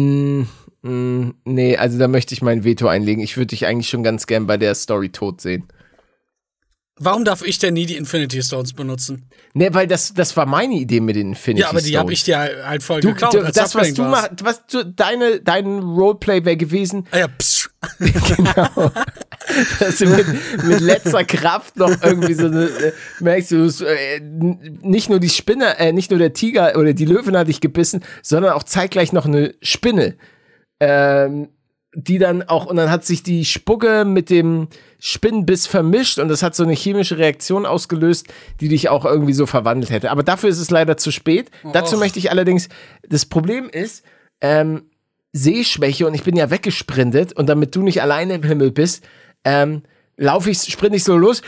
Nee, also da möchte ich mein Veto einlegen. Ich würde dich eigentlich schon ganz gern bei der Story tot sehen. Warum darf ich denn nie die Infinity Stones benutzen? Nee, weil das war meine Idee mit den Infinity Stones. Ja, aber die habe ich dir halt voll geklaut. Das, was du machst, dein Roleplay wäre gewesen. Ja, psch. Genau. Dass du mit letzter Kraft noch irgendwie so merkst du, nicht nur die Spinne, nicht nur der Tiger oder die Löwin hat dich gebissen, sondern auch zeitgleich noch eine Spinne. Die dann auch, und dann hat sich die Spucke mit dem Spinnenbiss vermischt und das hat so eine chemische Reaktion ausgelöst, die dich auch irgendwie so verwandelt hätte. Aber dafür ist es leider zu spät. Dazu möchte ich allerdings, das Problem ist, Sehschwäche und ich bin ja weggesprintet und damit du nicht alleine im Himmel bist, sprinte ich so los,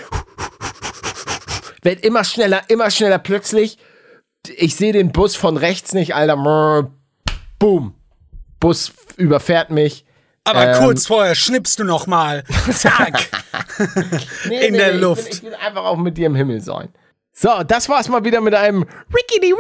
werd immer schneller plötzlich, ich sehe den Bus von rechts nicht, Alter, boom, Bus überfährt mich. Aber kurz vorher schnippst du noch mal. Zack. In der Luft. Ich will einfach auch mit dir im Himmel sein. So, das war's mal wieder mit einem Roleplay.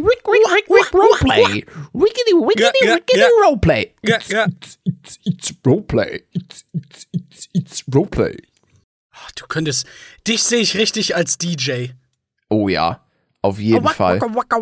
Roleplay. It's Roleplay. It's Roleplay. Dich sehe ich richtig als DJ. Oh ja, auf jeden Fall.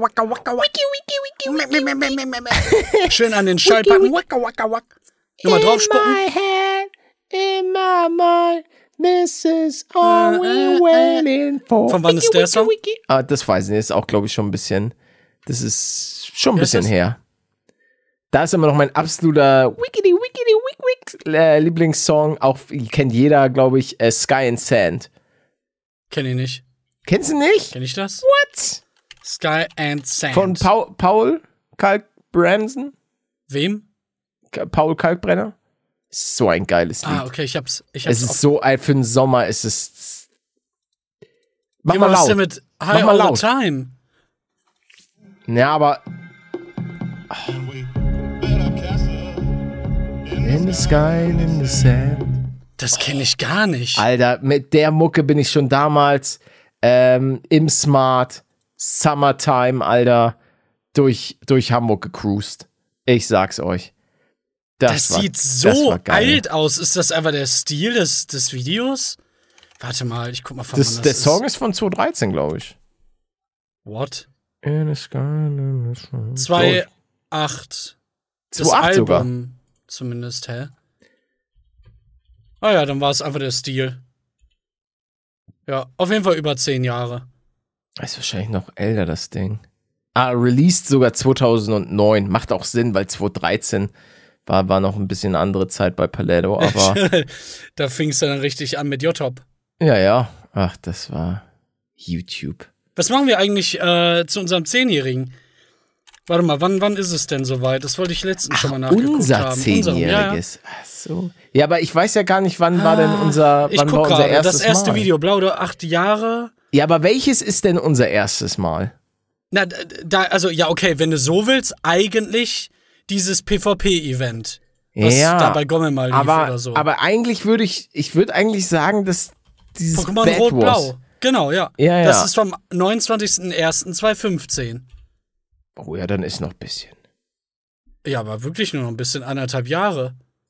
Schön an den Schallplatten. Nur mal draufspucken. In my mind, this is all we waiting for. Von wann ist der Song? Das weiß ich nicht, ist auch, glaube ich, schon ein bisschen, das ist schon ein bisschen her. Da ist immer noch mein absoluter Lieblingssong, auch kennt jeder, glaube ich, Sky and Sand. Kenn ich nicht. Kennst du nicht? Kenn ich das? What? Sky and Sand. Von Paul Kalkbranson? Wem? Paul Kalkbrenner? So ein geiles Lied. Okay, ich hab's es ist so, für den Sommer ist es. Mach mal was laut. Denn mit High All the Time? Ja, aber. In the sky, in the sand. Das kenne ich gar nicht. Alter, mit der Mucke bin ich schon damals im Smart Summertime, Alter, durch Hamburg gecruised. Ich sag's euch. Das sieht so alt aus. Ist das einfach der Stil des Videos? Warte mal, ich guck mal, von wann das der Song ist von 2013, glaube ich. What? In the sky, 2.8. Das 2.8 Album sogar. Zumindest, hä? Ah ja, dann war es einfach der Stil. Ja, auf jeden Fall über 10 Jahre. Ist wahrscheinlich noch älter, das Ding. Released sogar 2009. Macht auch Sinn, weil 2013 war noch ein bisschen andere Zeit bei Paletto, aber. Da fing es dann richtig an mit J-Top. Ja. Ach, das war YouTube. Was machen wir eigentlich zu unserem 10-Jährigen? Warte mal, wann ist es denn soweit? Das wollte ich letztens schon mal nachgeguckt unser haben. 10-Jähriges. Ach so. Ja, aber ich weiß ja gar nicht, wann war denn unser erstes Das erste Video, Blau, 8 Jahre. Ja, aber welches ist denn unser erstes Mal? Na, also, ja, okay, wenn du so willst, eigentlich dieses PvP-Event. Was da bei Gomme mal lief oder so. Aber eigentlich würde ich würde eigentlich sagen, dass dieses Pokémon Bad Rot-Blau. Wars. Genau, ja. Ja. Das ist vom 29.01.2015. Oh ja, dann ist noch ein bisschen. Ja, aber wirklich nur noch ein bisschen, 1,5 Jahre.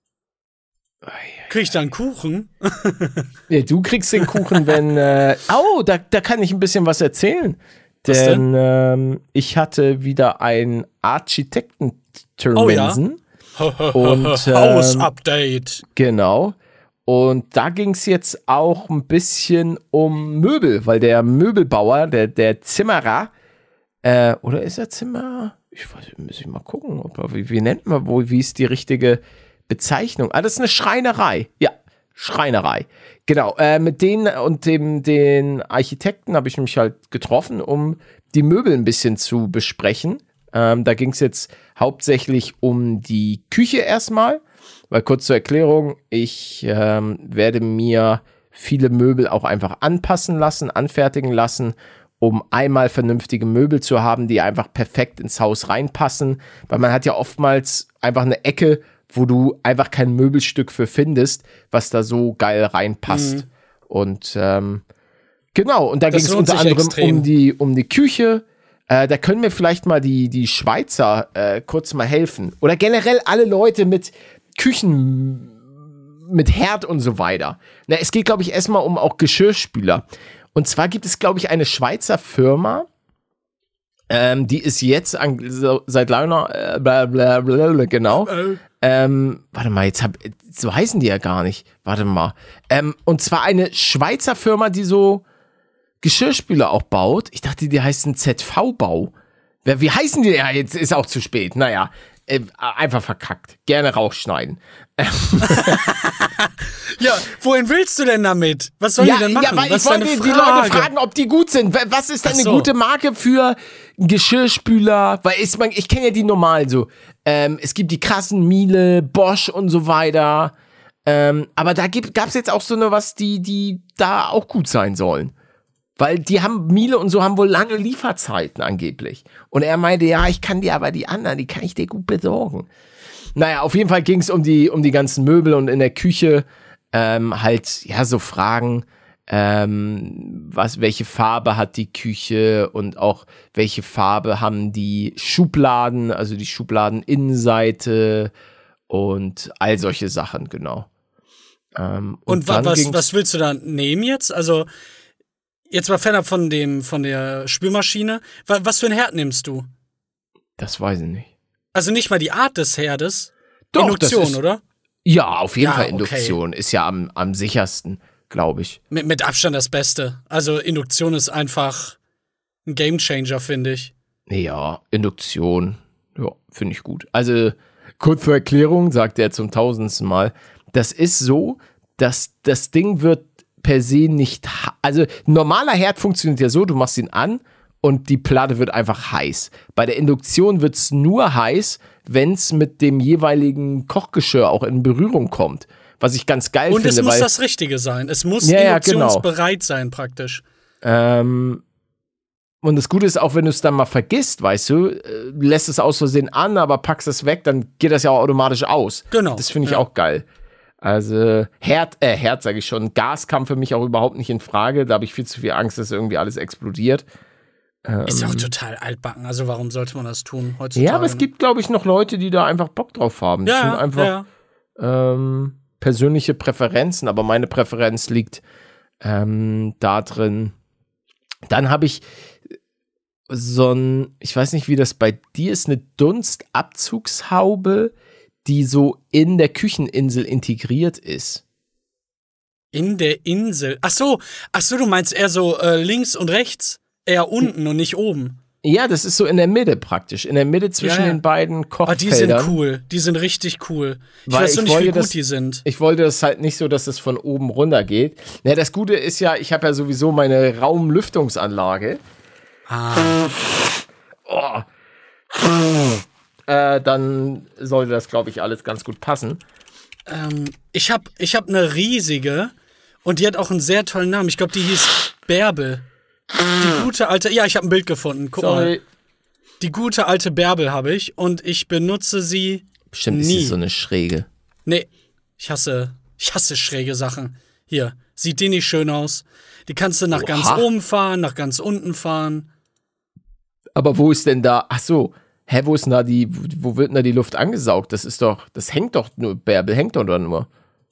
Krieg ich da einen Kuchen? Ja, du kriegst den Kuchen, wenn. Da kann ich ein bisschen was erzählen. Was Denn ich hatte wieder ein Architekten-Termensen. Und Haus-Update. Genau. Und da ging es jetzt auch ein bisschen um Möbel, weil der Möbelbauer, der Zimmerer, oder ist er Zimmerer? Ich weiß, muss ich mal gucken, wie nennt man, wie ist die richtige Bezeichnung? Das ist eine Schreinerei. Ja, Schreinerei. Genau. Mit denen und den Architekten habe ich mich halt getroffen, um die Möbel ein bisschen zu besprechen. Da ging es jetzt hauptsächlich um die Küche erstmal, weil kurz zur Erklärung, ich werde mir viele Möbel auch einfach anpassen lassen, anfertigen lassen, um einmal vernünftige Möbel zu haben, die einfach perfekt ins Haus reinpassen, weil man hat ja oftmals einfach eine Ecke, wo du einfach kein Möbelstück für findest, was da so geil reinpasst. Und genau, und da ging es unter anderem um die Küche. Da können mir vielleicht mal die Schweizer kurz mal helfen. Oder generell alle Leute mit Küchen, mit Herd und so weiter. Na, es geht, glaube ich, erstmal um auch Geschirrspüler. Und zwar gibt es, glaube ich, eine Schweizer Firma, die ist jetzt seit langer, genau. Warte mal, so heißen die ja gar nicht. Warte mal. Und zwar eine Schweizer Firma, die so Geschirrspüler auch baut. Ich dachte, die heißen ZV-Bau. Wie heißen die? Ja, jetzt ist auch zu spät. Naja, einfach verkackt. Gerne rausschneiden. Ja, wohin willst du denn damit? Was sollen die denn machen? Ja, weil ich wollte die Leute fragen, ob die gut sind. Was ist denn eine gute Marke für Geschirrspüler? Weil ich kenne ja die normalen so. Es gibt die krassen Miele, Bosch und so weiter. Aber da gab es jetzt auch so eine was, die da auch gut sein sollen. Weil die Miele und so haben wohl lange Lieferzeiten angeblich. Und er meinte, ja, ich kann dir aber die anderen, die kann ich dir gut besorgen. Naja, auf jeden Fall ging es um die ganzen Möbel und in der Küche halt, ja, so Fragen, welche Farbe hat die Küche und auch welche Farbe haben die Schubladen, also die Schubladeninnenseite und all solche Sachen, genau. Und was willst du da nehmen jetzt? Also, jetzt mal fernab von der Spülmaschine. Was für ein Herd nimmst du? Das weiß ich nicht. Also nicht mal die Art des Herdes? Doch, Induktion, oder? Ja, auf jeden Fall Induktion. Okay. Ist ja am sichersten, glaube ich. Mit Abstand das Beste. Also Induktion ist einfach ein Gamechanger, finde ich. Ja, Induktion. Ja, finde ich gut. Also, kurz zur Erklärung, sagt er zum 1000. Mal. Das ist so, dass das Ding wird per se nicht, also ein normaler Herd funktioniert ja so, du machst ihn an und die Platte wird einfach heiß. Bei der Induktion wird es nur heiß, wenn es mit dem jeweiligen Kochgeschirr auch in Berührung kommt. Was ich ganz geil finde. Und es muss das Richtige sein. Es muss induktionsbereit sein praktisch. Und das Gute ist auch, wenn du es dann mal vergisst, weißt du, lässt es aus Versehen an, aber packst es weg, dann geht das ja auch automatisch aus. Genau. Das finde ich auch geil. Also Herd sage ich schon, Gas kam für mich auch überhaupt nicht in Frage. Da habe ich viel zu viel Angst, dass irgendwie alles explodiert. Ist ja auch total altbacken, also warum sollte man das tun heutzutage? Ja, aber es gibt, glaube ich, noch Leute, die da einfach Bock drauf haben. Das sind einfach persönliche Präferenzen, aber meine Präferenz liegt da drin. Dann habe ich ich weiß nicht, wie das bei dir ist, eine Dunstabzugshaube, die so in der Kücheninsel integriert ist. In der Insel? Ach so, du meinst eher so links und rechts? Eher unten und nicht oben. Ja, das ist so in der Mitte praktisch. In der Mitte zwischen den beiden Kochfeldern. Die sind cool. Die sind richtig cool. Ich weiß nicht, wie gut die sind. Ich wollte das halt nicht so, dass es von oben runter geht. Na, das Gute ist ja, ich habe ja sowieso meine Raumlüftungsanlage. Dann sollte das, glaube ich, alles ganz gut passen. Ich hab eine riesige und die hat auch einen sehr tollen Namen. Ich glaube, die hieß Bärbel. Die gute alte. Ja, ich habe ein Bild gefunden. Guck mal. Die gute alte Bärbel habe ich und ich benutze sie Bestimmt ist nie. sie so eine schräge. Nee, ich hasse schräge Sachen. Hier, sieht die nicht schön aus? Die kannst du nach ganz oben fahren, nach ganz unten fahren. Aber wo ist denn da, ach so, wo ist denn da wo wird denn da die Luft angesaugt? Das hängt doch nur, Bärbel hängt doch nur.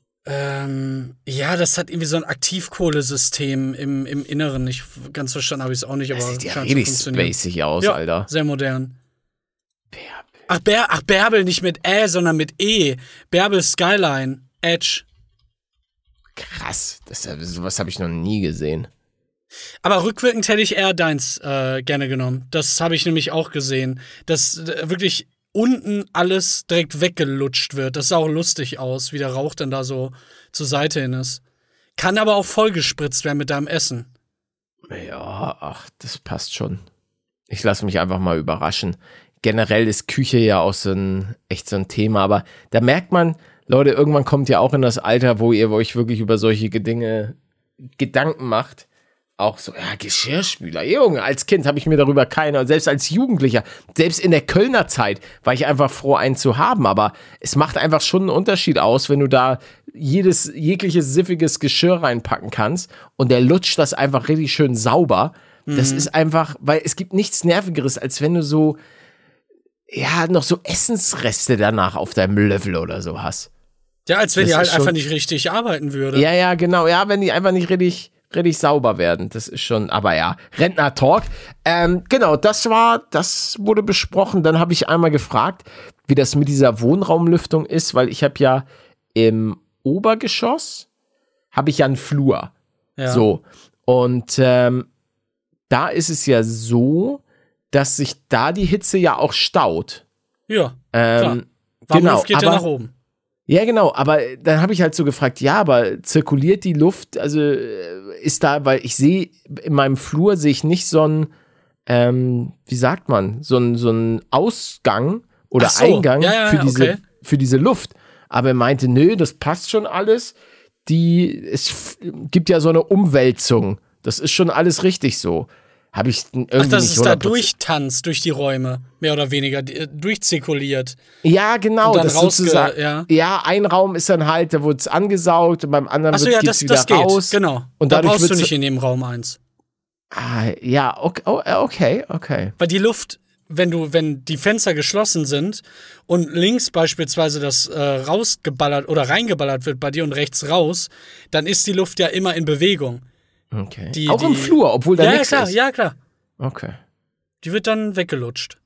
Ja, das hat irgendwie so ein Aktivkohlesystem im Inneren. Nicht ganz verstanden habe ich es auch nicht, aber Das sieht ja scheint zu richtig funktionieren. spacig aus, Ja, Alter. sehr modern. Bärbel. Ach, Bärbel, nicht mit sondern mit E. Bärbel Skyline, Edge. Krass, sowas habe ich noch nie gesehen. Aber rückwirkend hätte ich eher deins gerne genommen. Das habe ich nämlich auch gesehen. Dass wirklich unten alles direkt weggelutscht wird. Das sah auch lustig aus, wie der Rauch dann da so zur Seite hin ist. Kann aber auch vollgespritzt werden mit deinem Essen. Ja, ach, das passt schon. Ich lasse mich einfach mal überraschen. Generell ist Küche ja auch echt so ein Thema, aber da merkt man, Leute, irgendwann kommt ihr auch in das Alter, wo ihr euch wirklich über solche Dinge Gedanken macht. Auch so, ja, Geschirrspüler. Junge, als Kind habe ich mir darüber selbst als Jugendlicher, selbst in der Kölner Zeit war ich einfach froh, einen zu haben. Aber es macht einfach schon einen Unterschied aus, wenn du da jegliches siffiges Geschirr reinpacken kannst und der lutscht das einfach richtig schön sauber. Das ist einfach, weil es gibt nichts Nervigeres, als wenn du so, ja, noch so Essensreste danach auf deinem Löffel oder so hast. Ja, als wenn Das die halt ist schon- einfach nicht richtig arbeiten würde. Ja, genau. Ja, wenn die einfach nicht richtig sauber werden. Das ist schon, aber ja, Rentner-Talk. Genau, das wurde besprochen. Dann habe ich einmal gefragt, wie das mit dieser Wohnraumlüftung ist, weil ich habe ja im Obergeschoss habe ich ja einen Flur. Ja. So. Und da ist es ja so, dass sich da die Hitze ja auch staut. Ja, klar. Warme Genau, Luft geht ja nach oben. Ja, genau, aber dann habe ich halt so gefragt, ja, aber zirkuliert die Luft, also ist da, weil ich sehe, in meinem Flur sehe ich nicht so ein, wie sagt man, so ein Ausgang oder Ach so. Eingang Ja, für okay. diese Luft. Aber er meinte, nö, das passt schon alles. Es gibt ja so eine Umwälzung. Das ist schon alles richtig so. Habe ich irgendwie Ach, dass nicht es da 100%. durchtanzt durch die Räume, mehr oder weniger, durchzirkuliert. Ja, genau. Und dann Das sozusagen, ja. ein Raum ist dann halt, da wurde es angesaugt und beim anderen Achso, ja, geht's das wieder geht, raus. genau. Und Da dadurch brauchst du wird's- nicht in dem Raum eins. Ja, okay. Weil die Luft, wenn die Fenster geschlossen sind und links beispielsweise das rausgeballert oder reingeballert wird bei dir und rechts raus, dann ist die Luft ja immer in Bewegung. Okay. Auch im Flur, obwohl da nichts ist. Ja, klar. Okay. Die wird dann weggelutscht.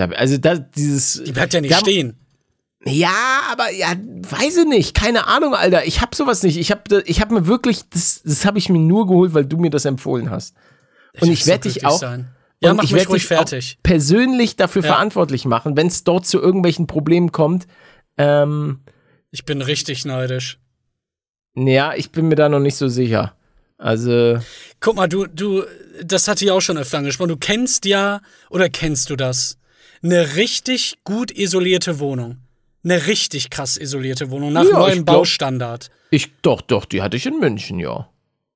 Die Die bleibt ja nicht stehen. Ja, aber ja, weiß ich nicht. Keine Ahnung, Alter. Ich hab sowas nicht. Ich hab mir wirklich, das habe ich mir nur geholt, weil du mir das empfohlen hast. Und ich werde dich auch. Ja, und mach ich mich werd ruhig dich fertig. auch persönlich dafür Ja. verantwortlich machen, wenn es dort zu irgendwelchen Problemen kommt. Ich bin richtig neidisch. Ja, ich bin mir da noch nicht so sicher. Also. Guck mal, das hatte ich auch schon öfter angesprochen. Du kennst ja, oder kennst du das? Eine richtig gut isolierte Wohnung. Eine richtig krass isolierte Wohnung nach Ja, neuem ich glaub- Baustandard. Doch, die hatte ich in München, ja.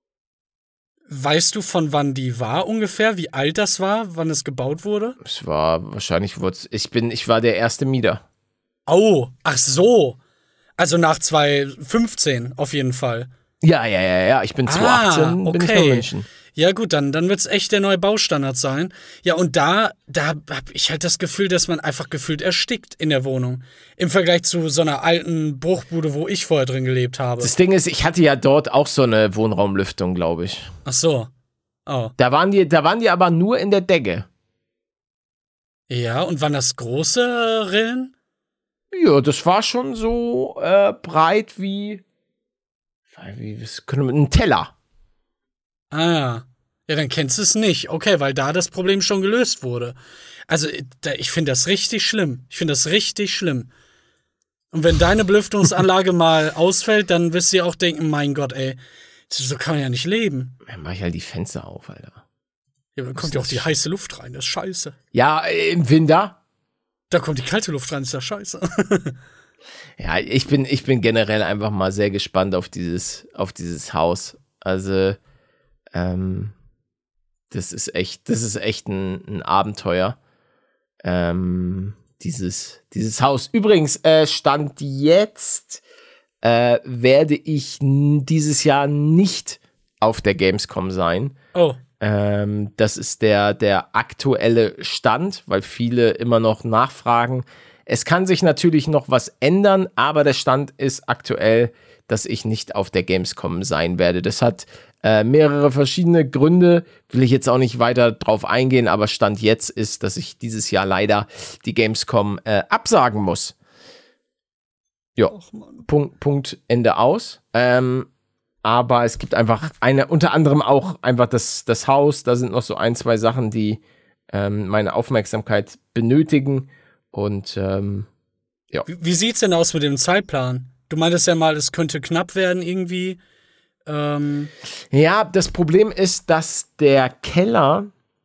Weißt du, von wann die war ungefähr? Wie alt das war? Wann es gebaut wurde? Es war wahrscheinlich, ich war der erste Mieter. Oh, ach so. Also nach 2015 auf jeden Fall. Ja, ich bin 2018, bin ich nach München. Ja gut, dann wird es echt der neue Baustandard sein. Ja, und da habe ich halt das Gefühl, dass man einfach gefühlt erstickt in der Wohnung. Im Vergleich zu so einer alten Bruchbude, wo ich vorher drin gelebt habe. Das Ding ist, ich hatte ja dort auch so eine Wohnraumlüftung, glaube ich. Ach so. Oh. Da waren die aber nur in der Decke. Ja, und waren das große Rillen? Ja, das war schon so breit wie ein Teller. Ah, ja, dann kennst du es nicht. Okay, weil da das Problem schon gelöst wurde. Also, ich finde das richtig schlimm. Und wenn deine Belüftungsanlage mal ausfällt, dann wirst du dir auch denken, mein Gott, ey, so kann man ja nicht leben. Dann mach ich halt die Fenster auf, Alter. Ja, dann kommt ja auch die heiße Luft rein, das ist scheiße. Ja, im Winter. Da kommt die kalte Luft rein, ist ja scheiße. Ja, ich bin generell einfach mal sehr gespannt auf dieses Haus. Also, das ist echt ein Abenteuer. Dieses Haus. Übrigens, Stand jetzt werde ich dieses Jahr nicht auf der Gamescom sein. Oh. Das ist der aktuelle Stand, weil viele immer noch nachfragen. Es kann sich natürlich noch was ändern, aber der Stand ist aktuell, dass ich nicht auf der Gamescom sein werde. Das hat mehrere verschiedene Gründe, will ich jetzt auch nicht weiter drauf eingehen, aber Stand jetzt ist, dass ich dieses Jahr leider die Gamescom absagen muss. Ja, Punkt, Ende aus. Aber es gibt einfach unter anderem auch einfach das Haus, da sind noch so 1, 2 Sachen, die meine Aufmerksamkeit benötigen und ja. Wie sieht's denn aus mit dem Zeitplan? Du meintest ja mal, es könnte knapp werden irgendwie. Ja, das Problem ist, dass der Keller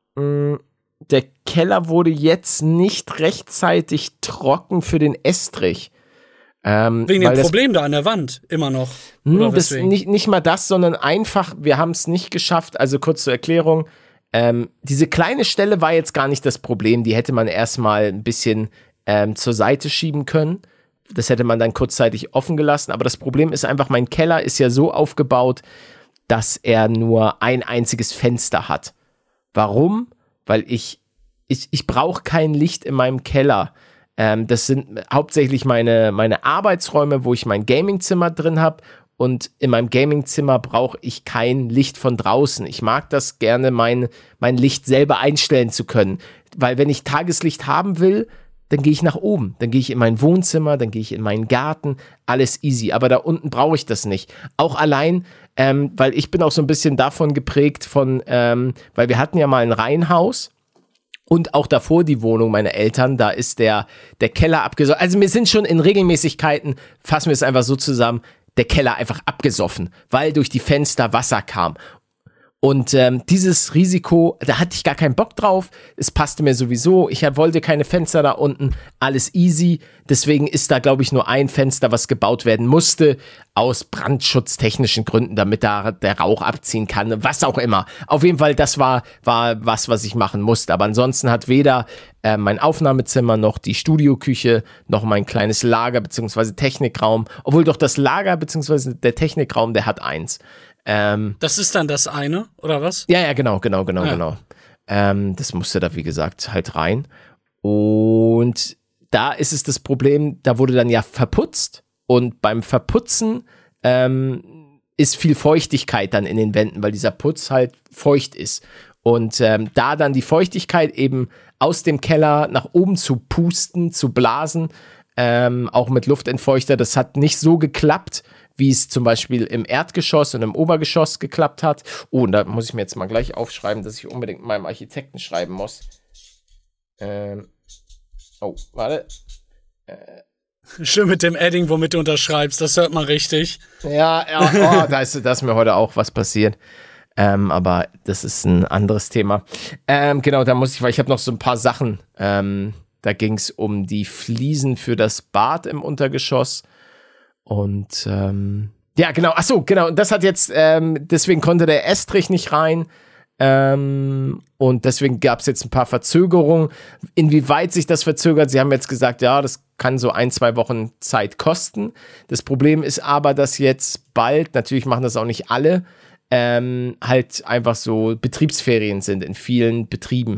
wurde jetzt nicht rechtzeitig trocken für den Estrich. Wegen dem Problem da an der Wand, immer noch. Oder das nicht mal das, sondern einfach, wir haben es nicht geschafft, also kurz zur Erklärung, diese kleine Stelle war jetzt gar nicht das Problem, die hätte man erstmal ein bisschen zur Seite schieben können. Das hätte man dann kurzzeitig offen gelassen, aber das Problem ist einfach, mein Keller ist ja so aufgebaut, dass er nur ein einziges Fenster hat. Warum? Weil ich brauche kein Licht in meinem Keller. Das sind hauptsächlich meine Arbeitsräume, wo ich mein Gamingzimmer drin habe. Und in meinem Gamingzimmer brauche ich kein Licht von draußen. Ich mag das gerne, mein Licht selber einstellen zu können. Weil wenn ich Tageslicht haben will, dann gehe ich nach oben. Dann gehe ich in mein Wohnzimmer, dann gehe ich in meinen Garten. Alles easy. Aber da unten brauche ich das nicht. Auch allein, weil ich bin auch so ein bisschen davon geprägt weil wir hatten ja mal ein Reihenhaus. Und auch davor die Wohnung meiner Eltern, da ist der Keller abgesoffen. Also wir sind schon in Regelmäßigkeiten, fassen wir es einfach so zusammen, der Keller einfach abgesoffen, weil durch die Fenster Wasser kam. Und dieses Risiko, da hatte ich gar keinen Bock drauf. Es passte mir sowieso. Ich wollte keine Fenster da unten. Alles easy. Deswegen ist da, glaube ich, nur ein Fenster, was gebaut werden musste. Aus brandschutztechnischen Gründen, damit da der Rauch abziehen kann. Was auch immer. Auf jeden Fall, das war was ich machen musste. Aber ansonsten hat weder mein Aufnahmezimmer noch die Studioküche noch mein kleines Lager bzw. Technikraum. Obwohl doch das Lager bzw. der Technikraum, der hat eins. Das ist dann das eine, oder was? Ja, genau. Das musste da, wie gesagt, halt rein. Und da ist es das Problem, da wurde dann ja verputzt. Und beim Verputzen ist viel Feuchtigkeit dann in den Wänden, weil dieser Putz halt feucht ist. Und da dann die Feuchtigkeit eben aus dem Keller nach oben zu pusten, zu blasen, auch mit Luftentfeuchter, das hat nicht so geklappt, wie es zum Beispiel im Erdgeschoss und im Obergeschoss geklappt hat. Oh, und da muss ich mir jetzt mal gleich aufschreiben, dass ich unbedingt meinem Architekten schreiben muss. Warte. Schön mit dem Adding, womit du unterschreibst, das hört man richtig. Ja, da ist mir heute auch was passiert. Aber das ist ein anderes Thema. Genau, da muss ich, weil ich habe noch so ein paar Sachen. Da ging es um die Fliesen für das Bad im Untergeschoss. Und ja, genau, genau, und das hat jetzt, deswegen konnte der Estrich nicht rein und deswegen gab es jetzt ein paar Verzögerungen. Inwieweit sich das verzögert, sie haben jetzt gesagt, ja, das kann so 1, 2 Wochen Zeit kosten. Das Problem ist aber, dass jetzt bald, natürlich machen das auch nicht alle, halt einfach so Betriebsferien sind in vielen Betrieben.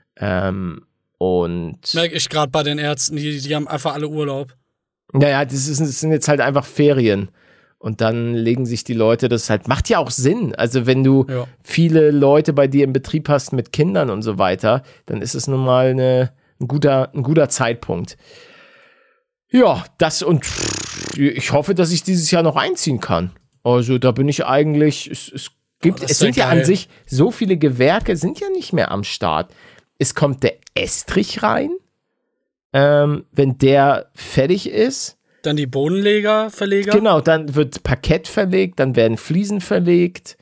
Und merke ich gerade bei den Ärzten, die haben einfach alle Urlaub. Naja, das sind jetzt halt einfach Ferien. Und dann legen sich die Leute, das halt, macht ja auch Sinn. Also wenn du viele Leute bei dir im Betrieb hast mit Kindern und so weiter, dann ist es nun mal ein guter Zeitpunkt. Ja, und ich hoffe, dass ich dieses Jahr noch einziehen kann. Also da bin ich eigentlich, es sind ja an sich, so viele Gewerke sind ja nicht mehr am Start. Es kommt der Estrich rein. Wenn der fertig ist. Dann die Bodenleger-Verleger? Genau, dann wird Parkett verlegt, dann werden Fliesen verlegt.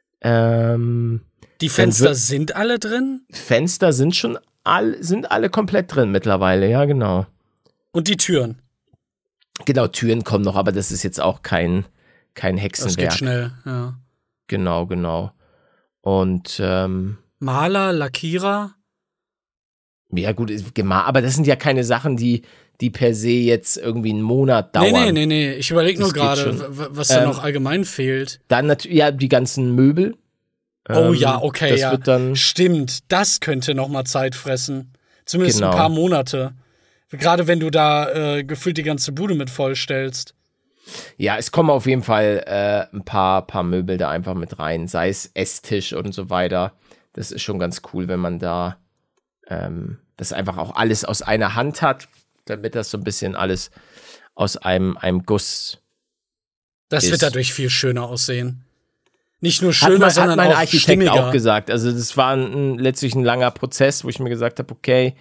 Die Fenster sind alle drin? Fenster sind alle komplett drin mittlerweile, ja, genau. Und die Türen? Genau, Türen kommen noch, aber das ist jetzt auch kein Hexenwerk. Das geht schnell, ja. Genau. Und Maler, Lackierer? Ja gut, aber das sind ja keine Sachen, die per se jetzt irgendwie einen Monat dauern. Nee. Ich überlege nur gerade, was da noch allgemein fehlt. Dann natürlich, ja, die ganzen Möbel. Oh ja, okay, das ja. wird dann Stimmt, das könnte noch mal Zeit fressen. Zumindest Genau. ein paar Monate. Gerade wenn du da gefühlt die ganze Bude mit vollstellst. Ja, es kommen auf jeden Fall ein paar Möbel da einfach mit rein, sei es Esstisch und so weiter. Das ist schon ganz cool, wenn man da das einfach auch alles aus einer Hand hat, damit das so ein bisschen alles aus einem Guss Das ist. wird dadurch viel schöner aussehen. Nicht nur schöner, hat sondern mein auch Architekt stimmiger. auch gesagt. Also das war letztlich ein langer Prozess, wo ich mir gesagt habe, okay,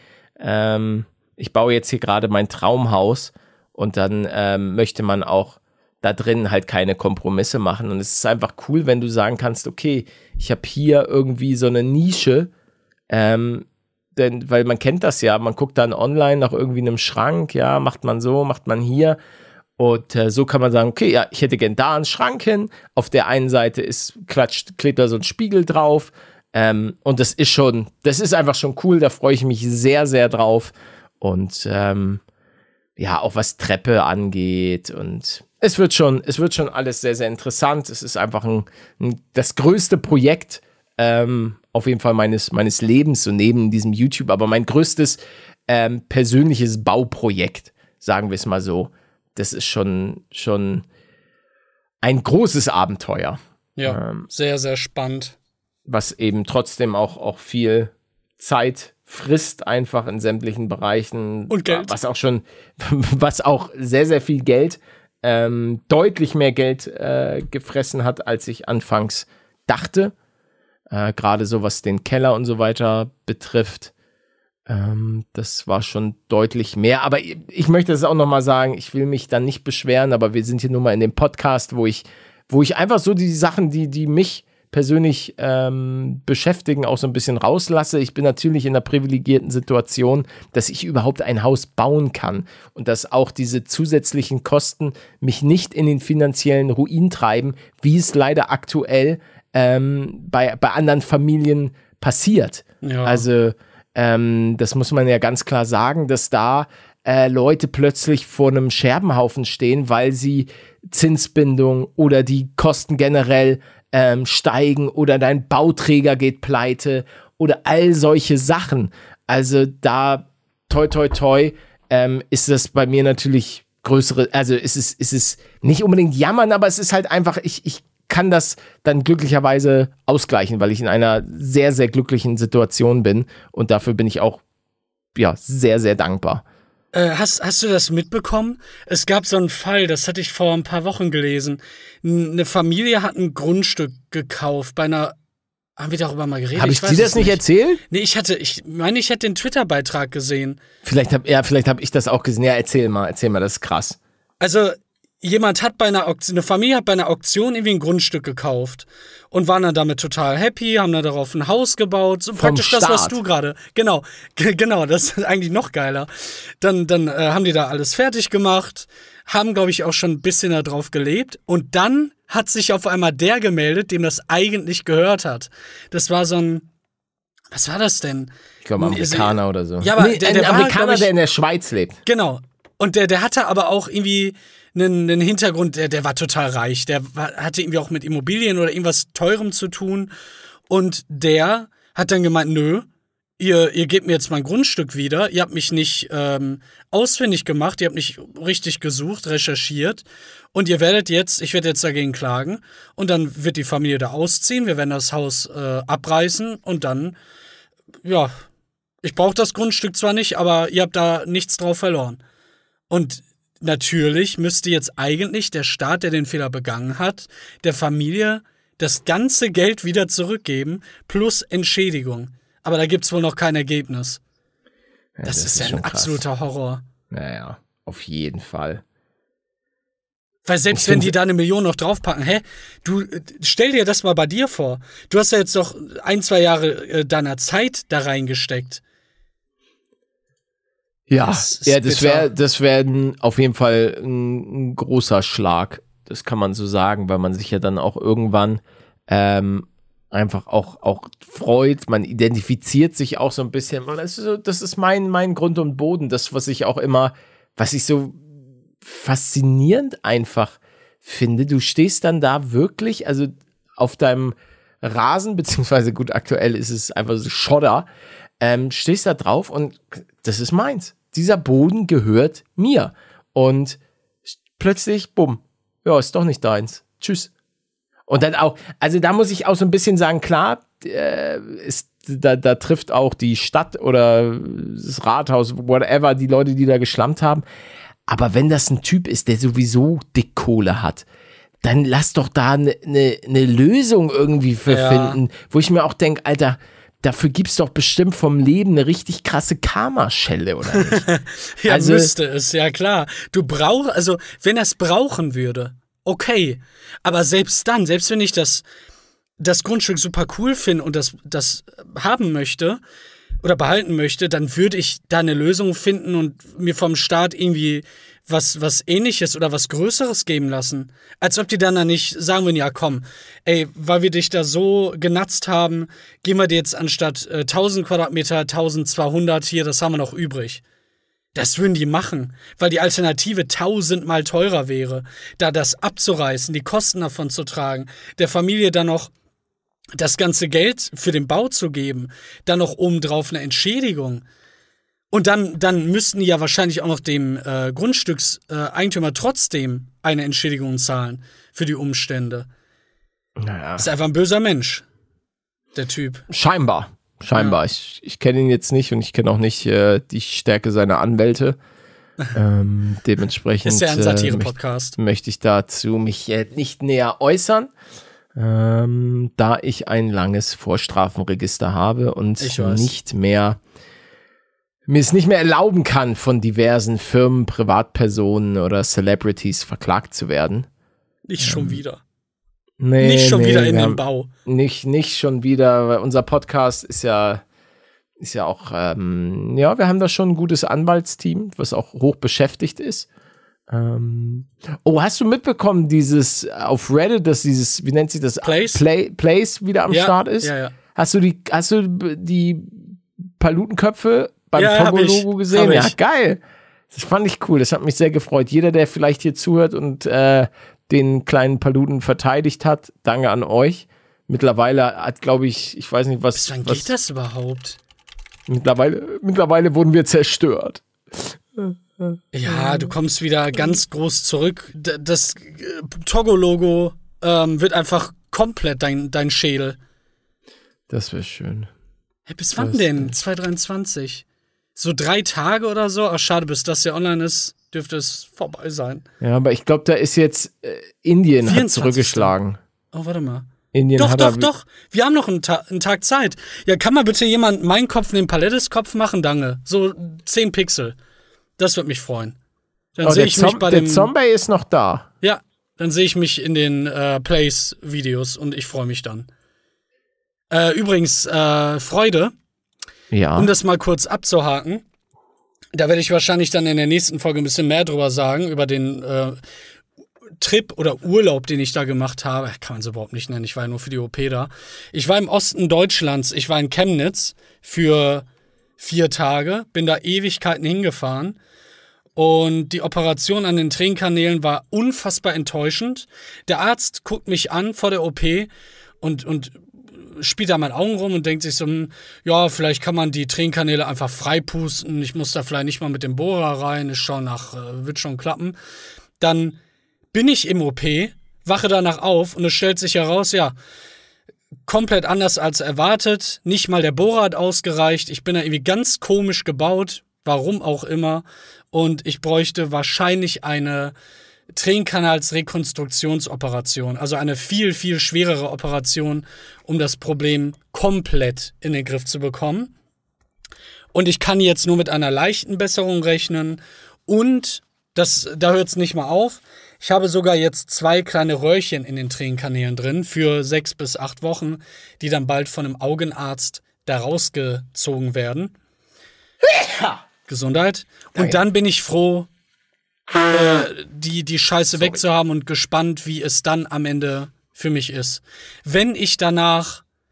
ich baue jetzt hier gerade mein Traumhaus und dann möchte man auch da drin halt keine Kompromisse machen. Und es ist einfach cool, wenn du sagen kannst, okay, ich habe hier irgendwie so eine Nische, weil man kennt das ja, man guckt dann online nach irgendwie einem Schrank, ja, macht man so, macht man hier. Und so kann man sagen, okay, ja, ich hätte gern da einen Schrank hin. Auf der einen Seite klebt da so ein Spiegel drauf. Und das ist einfach schon cool. Da freue ich mich sehr, sehr drauf. Und ja, auch was Treppe angeht. Und es wird schon alles sehr, sehr interessant. Es ist einfach das größte Projekt auf jeden Fall meines Lebens, so neben diesem YouTube. Aber mein größtes persönliches Bauprojekt, sagen wir es mal so. Das ist schon ein großes Abenteuer. Ja, sehr, sehr spannend. Was eben trotzdem auch viel Zeit frisst, einfach in sämtlichen Bereichen. Und Geld. Was auch sehr, sehr viel Geld, deutlich mehr Geld gefressen hat, als ich anfangs dachte. Gerade so, was den Keller und so weiter betrifft. Das war schon deutlich mehr, aber ich möchte das auch nochmal sagen, ich will mich dann nicht beschweren, aber wir sind hier nun mal in dem Podcast, wo ich einfach so die Sachen, die mich persönlich beschäftigen, auch so ein bisschen rauslasse. Ich bin natürlich in einer privilegierten Situation, dass ich überhaupt ein Haus bauen kann und dass auch diese zusätzlichen Kosten mich nicht in den finanziellen Ruin treiben, wie es leider aktuell bei anderen Familien passiert. Ja. Also das muss man ja ganz klar sagen, dass da Leute plötzlich vor einem Scherbenhaufen stehen, weil sie Zinsbindung oder die Kosten generell steigen oder dein Bauträger geht pleite oder all solche Sachen. Also da, toi, toi, toi, ist das bei mir natürlich größere, also ist es nicht unbedingt jammern, aber es ist halt einfach, ich kann das dann glücklicherweise ausgleichen, weil ich in einer sehr, sehr glücklichen Situation bin und dafür bin ich auch ja, sehr, sehr dankbar. Hast du das mitbekommen? Es gab so einen Fall, das hatte ich vor ein paar Wochen gelesen. Eine Familie hat ein Grundstück gekauft bei einer. Haben wir darüber mal geredet? Habe ich dir das nicht erzählt? Nee, ich hätte den Twitter-Beitrag gesehen. Vielleicht hab ich das auch gesehen. Ja, erzähl mal, das ist krass. Also, eine Familie hat bei einer Auktion irgendwie ein Grundstück gekauft und waren dann damit total happy, haben dann darauf ein Haus gebaut, so praktisch Staat. Das, was du gerade, genau, das ist eigentlich noch geiler. Dann haben die da alles fertig gemacht, haben, glaube ich, auch schon ein bisschen da drauf gelebt und dann hat sich auf einmal der gemeldet, dem das eigentlich gehört hat. Das war so ein, was war das denn? Ich glaube, Amerikaner oder so. Ja, aber der Amerikaner, der in der Schweiz lebt. Genau. Und der hatte aber auch irgendwie einen Hintergrund, der war total reich. Der hatte irgendwie auch mit Immobilien oder irgendwas Teurem zu tun. Und der hat dann gemeint, nö, ihr gebt mir jetzt mein Grundstück wieder. Ihr habt mich nicht ausfindig gemacht, ihr habt nicht richtig gesucht, recherchiert. Und ich werde jetzt dagegen klagen. Und dann wird die Familie da ausziehen. Wir werden das Haus abreißen. Und dann, ja, ich brauche das Grundstück zwar nicht, aber ihr habt da nichts drauf verloren. Und natürlich müsste jetzt eigentlich der Staat, der den Fehler begangen hat, der Familie das ganze Geld wieder zurückgeben, plus Entschädigung. Aber da gibt es wohl noch kein Ergebnis. Ja, das ist ja ein absoluter Horror. Naja, auf jeden Fall. Weil selbst wenn die da 1 Million noch draufpacken, du stell dir das mal bei dir vor. Du hast ja jetzt doch 1-2 Jahre deiner Zeit da reingesteckt. Ja, das wäre auf jeden Fall ein großer Schlag. Das kann man so sagen, weil man sich ja dann auch irgendwann einfach auch freut. Man identifiziert sich auch so ein bisschen. Das ist mein Grund und Boden. Das, was ich so faszinierend einfach finde. Du stehst dann da wirklich, also auf deinem Rasen, beziehungsweise gut, aktuell ist es einfach so Schodder, stehst da drauf und das ist meins. Dieser Boden gehört mir. Und plötzlich, bumm, ja, ist doch nicht deins. Tschüss. Und dann auch, also da muss ich auch so ein bisschen sagen, klar, da trifft auch die Stadt oder das Rathaus, whatever, die Leute, die da geschlammt haben. Aber wenn das ein Typ ist, der sowieso Dickkohle hat, dann lass doch da eine Lösung irgendwie für finden, wo ich mir auch denke, Alter, dafür gibt's doch bestimmt vom Leben eine richtig krasse Karma-Schelle, oder nicht? Ja, also, müsste es, ja klar. Also wenn er es brauchen würde, okay. Aber selbst dann, selbst wenn ich das Grundstück super cool finde und das haben möchte oder behalten möchte, dann würde ich da eine Lösung finden und mir vom Staat irgendwie was Ähnliches oder was Größeres geben lassen. Als ob die dann nicht sagen würden, ja komm, ey, weil wir dich da so genatzt haben, geben wir dir jetzt anstatt 1000 Quadratmeter 1200 hier, das haben wir noch übrig. Das würden die machen, weil die Alternative 1000-mal teurer wäre, da das abzureißen, die Kosten davon zu tragen, der Familie dann noch das ganze Geld für den Bau zu geben, dann noch obendrauf eine Entschädigung. Und dann müssten die ja wahrscheinlich auch noch dem Grundstückseigentümer trotzdem eine Entschädigung zahlen für die Umstände. Naja. Ist einfach ein böser Mensch, der Typ. Scheinbar. Ja. Ich kenne ihn jetzt nicht und ich kenne auch nicht die Stärke seiner Anwälte. Dementsprechend ist ja ein Satire-Podcast. Möchte ich dazu mich nicht näher äußern, da ich ein langes Vorstrafenregister habe und mir es nicht mehr erlauben kann, von diversen Firmen, Privatpersonen oder Celebrities verklagt zu werden. Nicht schon wieder. Nicht schon wieder in den Bau. Nicht schon wieder, weil unser Podcast ist ja auch, wir haben da schon ein gutes Anwaltsteam, was auch hoch beschäftigt ist. Hast du mitbekommen, auf Reddit, dass wie nennt sich das? Place wieder am Start ist? Ja. Hast du die Palutenköpfe beim Togo-Logo gesehen? Ja, geil. Das fand ich cool, das hat mich sehr gefreut. Jeder, der vielleicht hier zuhört und den kleinen Paluten verteidigt hat, danke an euch. Mittlerweile hat, glaube ich weiß nicht, was... Bis wann geht das überhaupt? Mittlerweile wurden wir zerstört. Ja, du kommst wieder ganz groß zurück. Das Togo-Logo wird einfach komplett dein Schädel. Das wäre schön. Hey, bis wann denn? 2023? So 3 Tage oder so? Ach, schade, bis das ja online ist, dürfte es vorbei sein. Ja, aber ich glaube, da ist jetzt Indien 24. hat zurückgeschlagen. Oh, warte mal. Indien doch. Wir haben noch einen Tag Zeit. Ja, kann mal bitte jemand meinen Kopf neben Palettis Kopf machen? Danke. So 10 Pixel. Das würde mich freuen. Dann sehe ich mich bei dem... Der Zombie ist noch da. Ja, dann sehe ich mich in den Plays-Videos und ich freue mich dann. Übrigens, Freude, um das mal kurz abzuhaken, da werde ich wahrscheinlich dann in der nächsten Folge ein bisschen mehr drüber sagen, über den Trip oder Urlaub, den ich da gemacht habe. Kann man es überhaupt nicht nennen, ich war ja nur für die OP da. Ich war im Osten Deutschlands, ich war in Chemnitz für 4 Tage, bin da Ewigkeiten hingefahren und die Operation an den Tränenkanälen war unfassbar enttäuschend. Der Arzt guckt mich an vor der OP und spielt da mal Augen rum und denkt sich so, ja, vielleicht kann man die Tränenkanäle einfach freipusten, ich muss da vielleicht nicht mal mit dem Bohrer rein, wird schon klappen. Dann bin ich im OP, wache danach auf und es stellt sich heraus, ja, komplett anders als erwartet, nicht mal der Bohrer hat ausgereicht, ich bin da irgendwie ganz komisch gebaut, warum auch immer, und ich bräuchte wahrscheinlich eine Tränenkanalsrekonstruktionsoperation, also eine viel, viel schwerere Operation, um das Problem komplett in den Griff zu bekommen. Und ich kann jetzt nur mit einer leichten Besserung rechnen und da hört es nicht mal auf. Ich habe sogar jetzt 2 kleine Röhrchen in den Tränenkanälen drin für 6 bis 8 Wochen, die dann bald von einem Augenarzt da rausgezogen werden. Gesundheit. Und dann bin ich froh, die Scheiße wegzuhaben und gespannt, wie es dann am Ende für mich ist. Wenn ich danach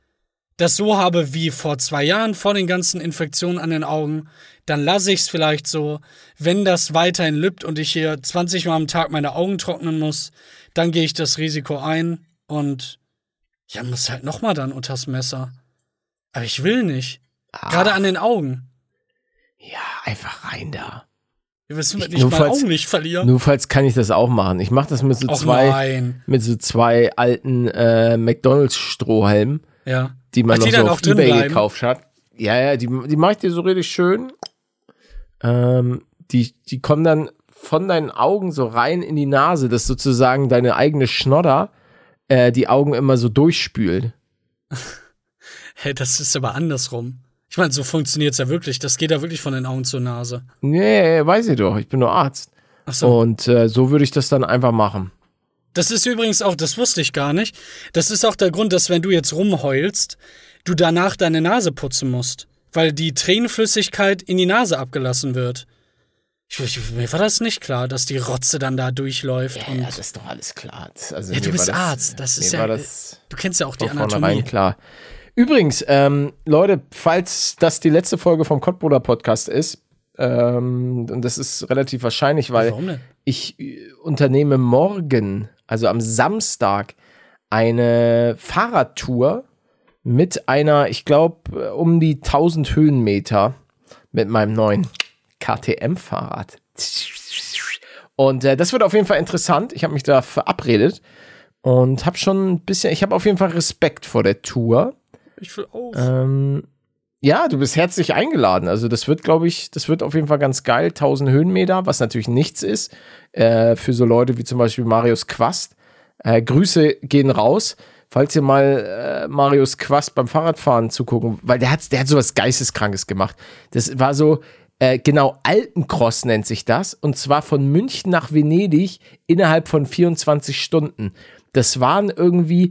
das so habe wie vor 2 Jahren, vor den ganzen Infektionen an den Augen, dann lasse ich es vielleicht so. Wenn das weiterhin lübt und ich hier 20 Mal am Tag meine Augen trocknen muss, dann gehe ich das Risiko ein und ja, muss halt nochmal dann unters Messer. Aber ich will nicht. Gerade an den Augen. Ja, einfach rein da. Wir wissen nicht mein Augenlicht verlieren. Nur falls kann ich das auch machen. Ich mache das mit so zwei alten McDonalds-Strohhalmen, ja. die man noch so auf eBay gekauft hat. Ja, die mache ich dir so richtig schön. Die kommen dann von deinen Augen so rein in die Nase, dass sozusagen deine eigene Schnodder die Augen immer so durchspült. Hey, das ist aber andersrum. Ich meine, so funktioniert es ja wirklich. Das geht ja wirklich von den Augen zur Nase. Nee, weiß ich doch. Ich bin nur Arzt. Ach so. Und so würde ich das dann einfach machen. Das ist übrigens auch, das wusste ich gar nicht, das ist auch der Grund, dass wenn du jetzt rumheulst, du danach deine Nase putzen musst. Weil die Tränenflüssigkeit in die Nase abgelassen wird. Mir war das nicht klar, dass die Rotze dann da durchläuft. Ja, und das ist doch alles klar. Also, ja, du bist Arzt. Das ist ja. Du kennst ja auch die Anatomie. Rein klar. Übrigens, Leute, falls das die letzte Folge vom Kottbruder Podcast ist, und das ist relativ wahrscheinlich, weil ich unternehme morgen, also am Samstag, eine Fahrradtour mit einer, ich glaube, um die 1000 Höhenmeter mit meinem neuen KTM-Fahrrad. Und das wird auf jeden Fall interessant. Ich habe mich da verabredet und habe schon ein bisschen, ich habe auf jeden Fall Respekt vor der Tour. Ich will auch. Ja, du bist herzlich eingeladen. Also das wird, glaube ich, das wird auf jeden Fall ganz geil. 1000 Höhenmeter, was natürlich nichts ist. Für so Leute wie zum Beispiel Marius Quast. Grüße gehen raus. Falls ihr mal Marius Quast beim Fahrradfahren zugucken, weil der hat sowas Geisteskrankes gemacht. Das war so, genau, Alpencross nennt sich das. Und zwar von München nach Venedig innerhalb von 24 Stunden. Das waren irgendwie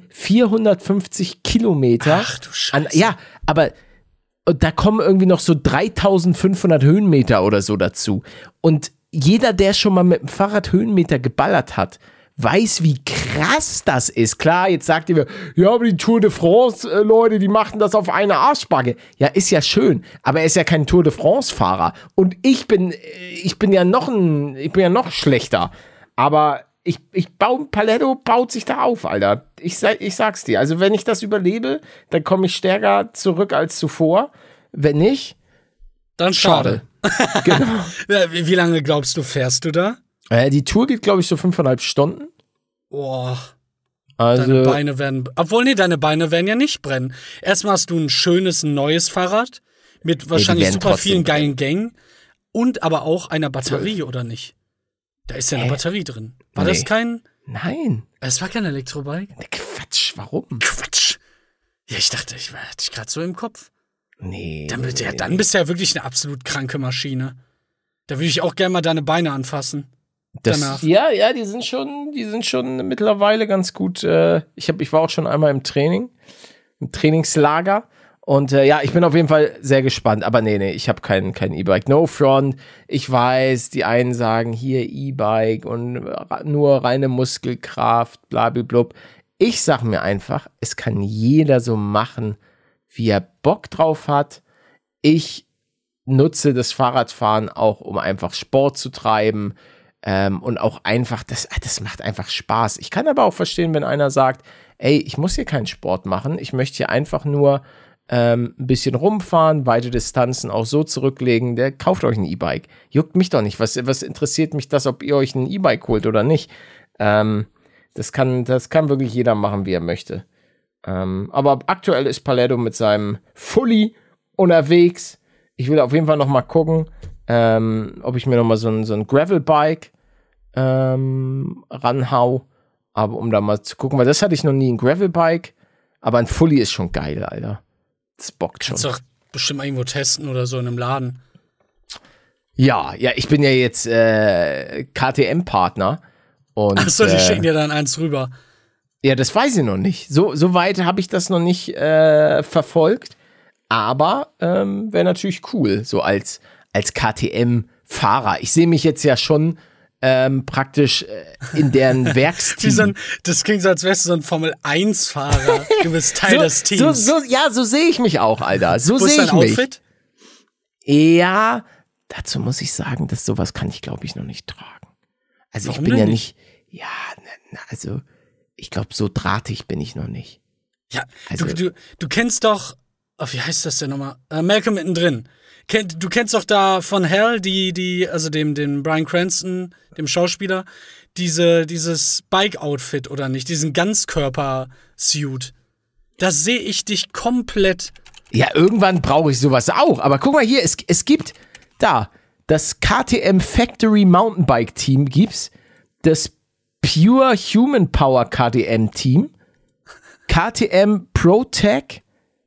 450 Kilometer. Ach du Scheiße. Ja, aber da kommen irgendwie noch so 3500 Höhenmeter oder so dazu. Und jeder, der schon mal mit dem Fahrrad Höhenmeter geballert hat, weiß, wie krass das ist. Klar, jetzt sagt ihr mir, ja, aber die Tour de France, Leute, die machen das auf eine Arschbacke. Ja, ist ja schön, aber er ist ja kein Tour de France-Fahrer. Und ich bin ja noch schlechter. Aber Paletto baut sich da auf, Alter. Ich sag's dir. Also, wenn ich das überlebe, dann komme ich stärker zurück als zuvor. Wenn nicht, dann schade. Genau. Wie lange glaubst du, fährst du da? Die Tour geht, glaube ich, so 5,5 Stunden. Boah. Also, deine Beine werden. Obwohl, nee, deine Beine werden ja nicht brennen. Erstmal hast du ein schönes neues Fahrrad mit wahrscheinlich super vielen geilen Gängen und aber auch einer Batterie, oder nicht? Da ist ja eine Batterie drin. War das kein. Nein. Es war kein Elektrobike? Quatsch, warum? Quatsch. Ja, ich dachte, hatte ich gerade so im Kopf. Nee. Dann bist du ja wirklich eine absolut kranke Maschine. Da würde ich auch gerne mal deine Beine anfassen. Danach. Ja, die sind schon mittlerweile ganz gut. Ich war auch schon einmal im Trainingslager. Und ich bin auf jeden Fall sehr gespannt. Aber nee, ich habe kein E-Bike. No front. Ich weiß, die einen sagen hier E-Bike und nur reine Muskelkraft, blablabla. Ich sag mir einfach, es kann jeder so machen, wie er Bock drauf hat. Ich nutze das Fahrradfahren auch, um einfach Sport zu treiben. Und auch einfach, das macht einfach Spaß. Ich kann aber auch verstehen, wenn einer sagt, ey, ich muss hier keinen Sport machen. Ich möchte hier einfach nur ein bisschen rumfahren, weite Distanzen auch so zurücklegen, der kauft euch ein E-Bike. Juckt mich doch nicht. Was interessiert mich das, ob ihr euch ein E-Bike holt oder nicht? Das kann wirklich jeder machen, wie er möchte. Aber aktuell ist Paletto mit seinem Fully unterwegs. Ich will auf jeden Fall noch mal gucken, ob ich mir noch mal so ein Gravel-Bike ranhau. Aber um da mal zu gucken, weil das hatte ich noch nie, ein Gravel-Bike. Aber ein Fully ist schon geil, Alter. Das bockt schon. Kannst du doch bestimmt mal irgendwo testen oder so in einem Laden. Ja, ich bin ja jetzt KTM-Partner. Achso, die schicken dir dann eins rüber. Ja, das weiß ich noch nicht. So weit habe ich das noch nicht verfolgt. Aber wäre natürlich cool, so als KTM-Fahrer. Ich sehe mich jetzt ja schon praktisch in deren Werksteam. Das klingt so, als wärst du so ein Formel-1-Fahrer. Du bist Teil des Teams. So sehe ich mich auch, Alter. So sehe ich mich. Outfit? Ja, dazu muss ich sagen, dass sowas kann ich, glaube ich, noch nicht tragen. Also Warum ich bin ja nicht? Ja, also ich glaube, so drahtig bin ich noch nicht. Ja, also, du kennst doch, wie heißt das denn nochmal? Malcolm mittendrin. Du kennst doch da von Hal, also dem Bryan Cranston, dem Schauspieler, dieses Bike-Outfit oder nicht, diesen Ganzkörper-Suit. Da sehe ich dich komplett. Ja, irgendwann brauche ich sowas auch. Aber guck mal hier, es gibt da das KTM Factory Mountainbike Team gibt's, das Pure Human Power KTM Team, KTM ProTech,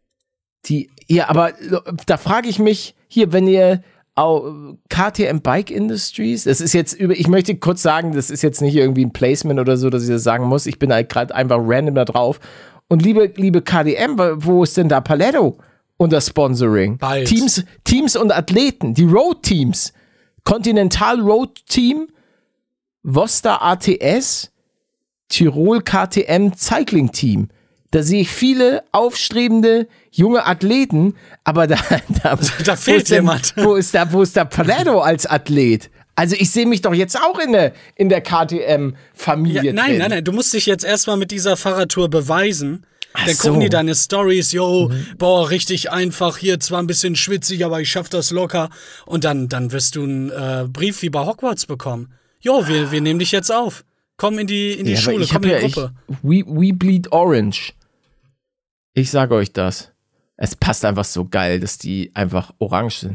aber da frage ich mich, hier, wenn ihr KTM Bike Industries, das ist jetzt ich möchte kurz sagen, das ist jetzt nicht irgendwie ein Placement oder so, dass ich das sagen muss, ich bin halt gerade einfach random da drauf. Und liebe KTM, wo ist denn da Paletto unter Sponsoring? Bald. Teams und Athleten, die Road-Teams, Continental Road Team, Vosta ATS, Tirol KTM Cycling Team. Da sehe ich viele aufstrebende junge Athleten, aber da fehlt jemand. Wo ist da Paletto als Athlet? Also ich sehe mich doch jetzt auch in der KTM-Familie drin. Nein, du musst dich jetzt erstmal mit dieser Fahrradtour beweisen. Dann so. gucken die deine Stories, boah, richtig einfach, hier zwar ein bisschen schwitzig, aber ich schaff das locker. Und dann wirst du einen Brief wie bei Hogwarts bekommen. Wir nehmen dich jetzt auf. Komm in die Schule, komm in die Gruppe. We bleed orange. Ich sage euch das. Es passt einfach so geil, dass die einfach orange sind.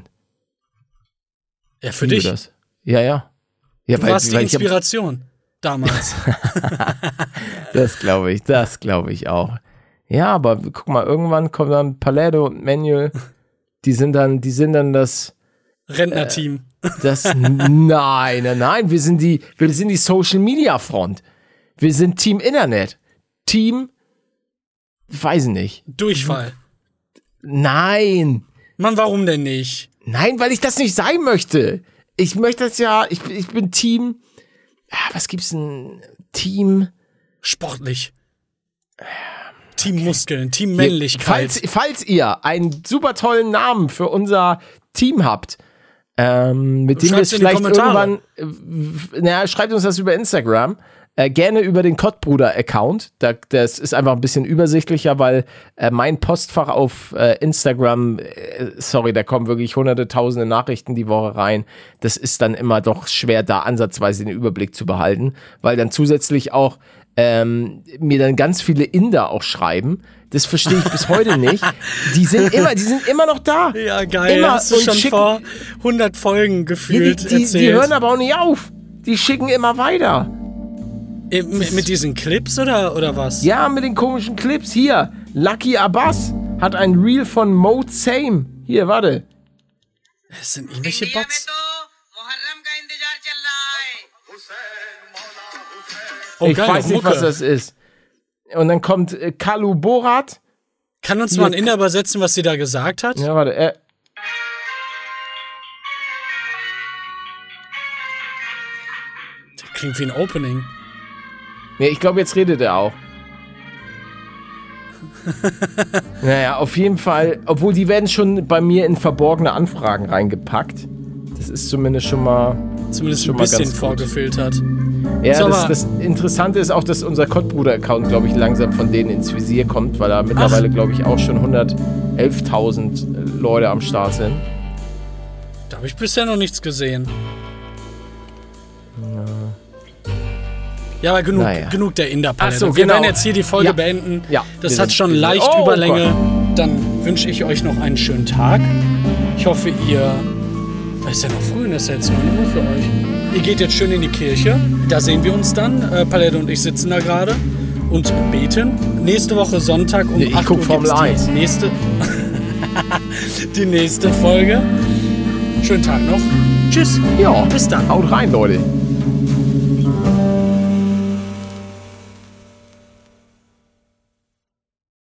Ja, für dich. Das. Ja. Du warst die Inspiration damals. Das glaube ich auch. Ja, aber guck mal, irgendwann kommen dann Paletto und Manuel, die sind dann das Rentnerteam. Nein, wir sind die Social Media Front. Wir sind Team Internet. Team, weiß nicht. Durchfall. Nein. Mann, warum denn nicht? Nein, weil ich das nicht sein möchte. Ich möchte das ja, ich bin Team, was gibt's denn? Team? Sportlich. Team Muskeln, Team Männlichkeit. Falls ihr einen super tollen Namen für unser Team habt, mit dem wir es vielleicht irgendwann, schreibt uns das über Instagram, gerne über den Kottbruder-Account. Das ist einfach ein bisschen übersichtlicher, weil mein Postfach auf Instagram, da kommen wirklich hunderte, tausende Nachrichten die Woche rein. Das ist dann immer doch schwer, da ansatzweise den Überblick zu behalten, weil dann zusätzlich auch mir dann ganz viele Inder auch schreiben. Das verstehe ich bis heute nicht. Die sind immer noch da. Ja, geil. Immer. Hast du schon vor 100 Folgen gefühlt erzählt. Die hören aber auch nicht auf. Die schicken immer weiter. Mit diesen Clips oder was? Ja, mit den komischen Clips. Hier, Lucky Abbas hat ein Reel von Mode Same. Hier, warte. Das sind irgendwelche Bots. Oh, ich weiß nicht, was das ist. Und dann kommt Kalu Borat. Kann uns mal ein Inder übersetzen, was sie da gesagt hat? Ja, warte. Der klingt wie ein Opening. Ja, ich glaube, jetzt redet er auch. Naja, auf jeden Fall. Obwohl, die werden schon bei mir in verborgene Anfragen reingepackt. Das ist zumindest schon mal... Zumindest ein bisschen vorgefiltert. Ja, so, das Interessante ist auch, dass unser Kottbruder-Account, glaube ich, langsam von denen ins Visier kommt, weil da mittlerweile, glaube ich, auch schon 111.000 Leute am Start sind. Da habe ich bisher noch nichts gesehen. Ja, aber genug der Inder-Palette. So, wir werden jetzt hier die Folge beenden. Ja, das hat schon leicht Überlänge. Gott. Dann wünsche ich euch noch einen schönen Tag. Ich hoffe, es ist ja noch früh, das ist ja jetzt 9 Uhr für euch. Ihr geht jetzt schön in die Kirche. Da sehen wir uns dann. Palette und ich sitzen da gerade und beten. Nächste Woche Sonntag um 8 Uhr Formel 1. Die nächste Folge. Schönen Tag noch. Tschüss. Ja, bis dann. Haut rein, Leute.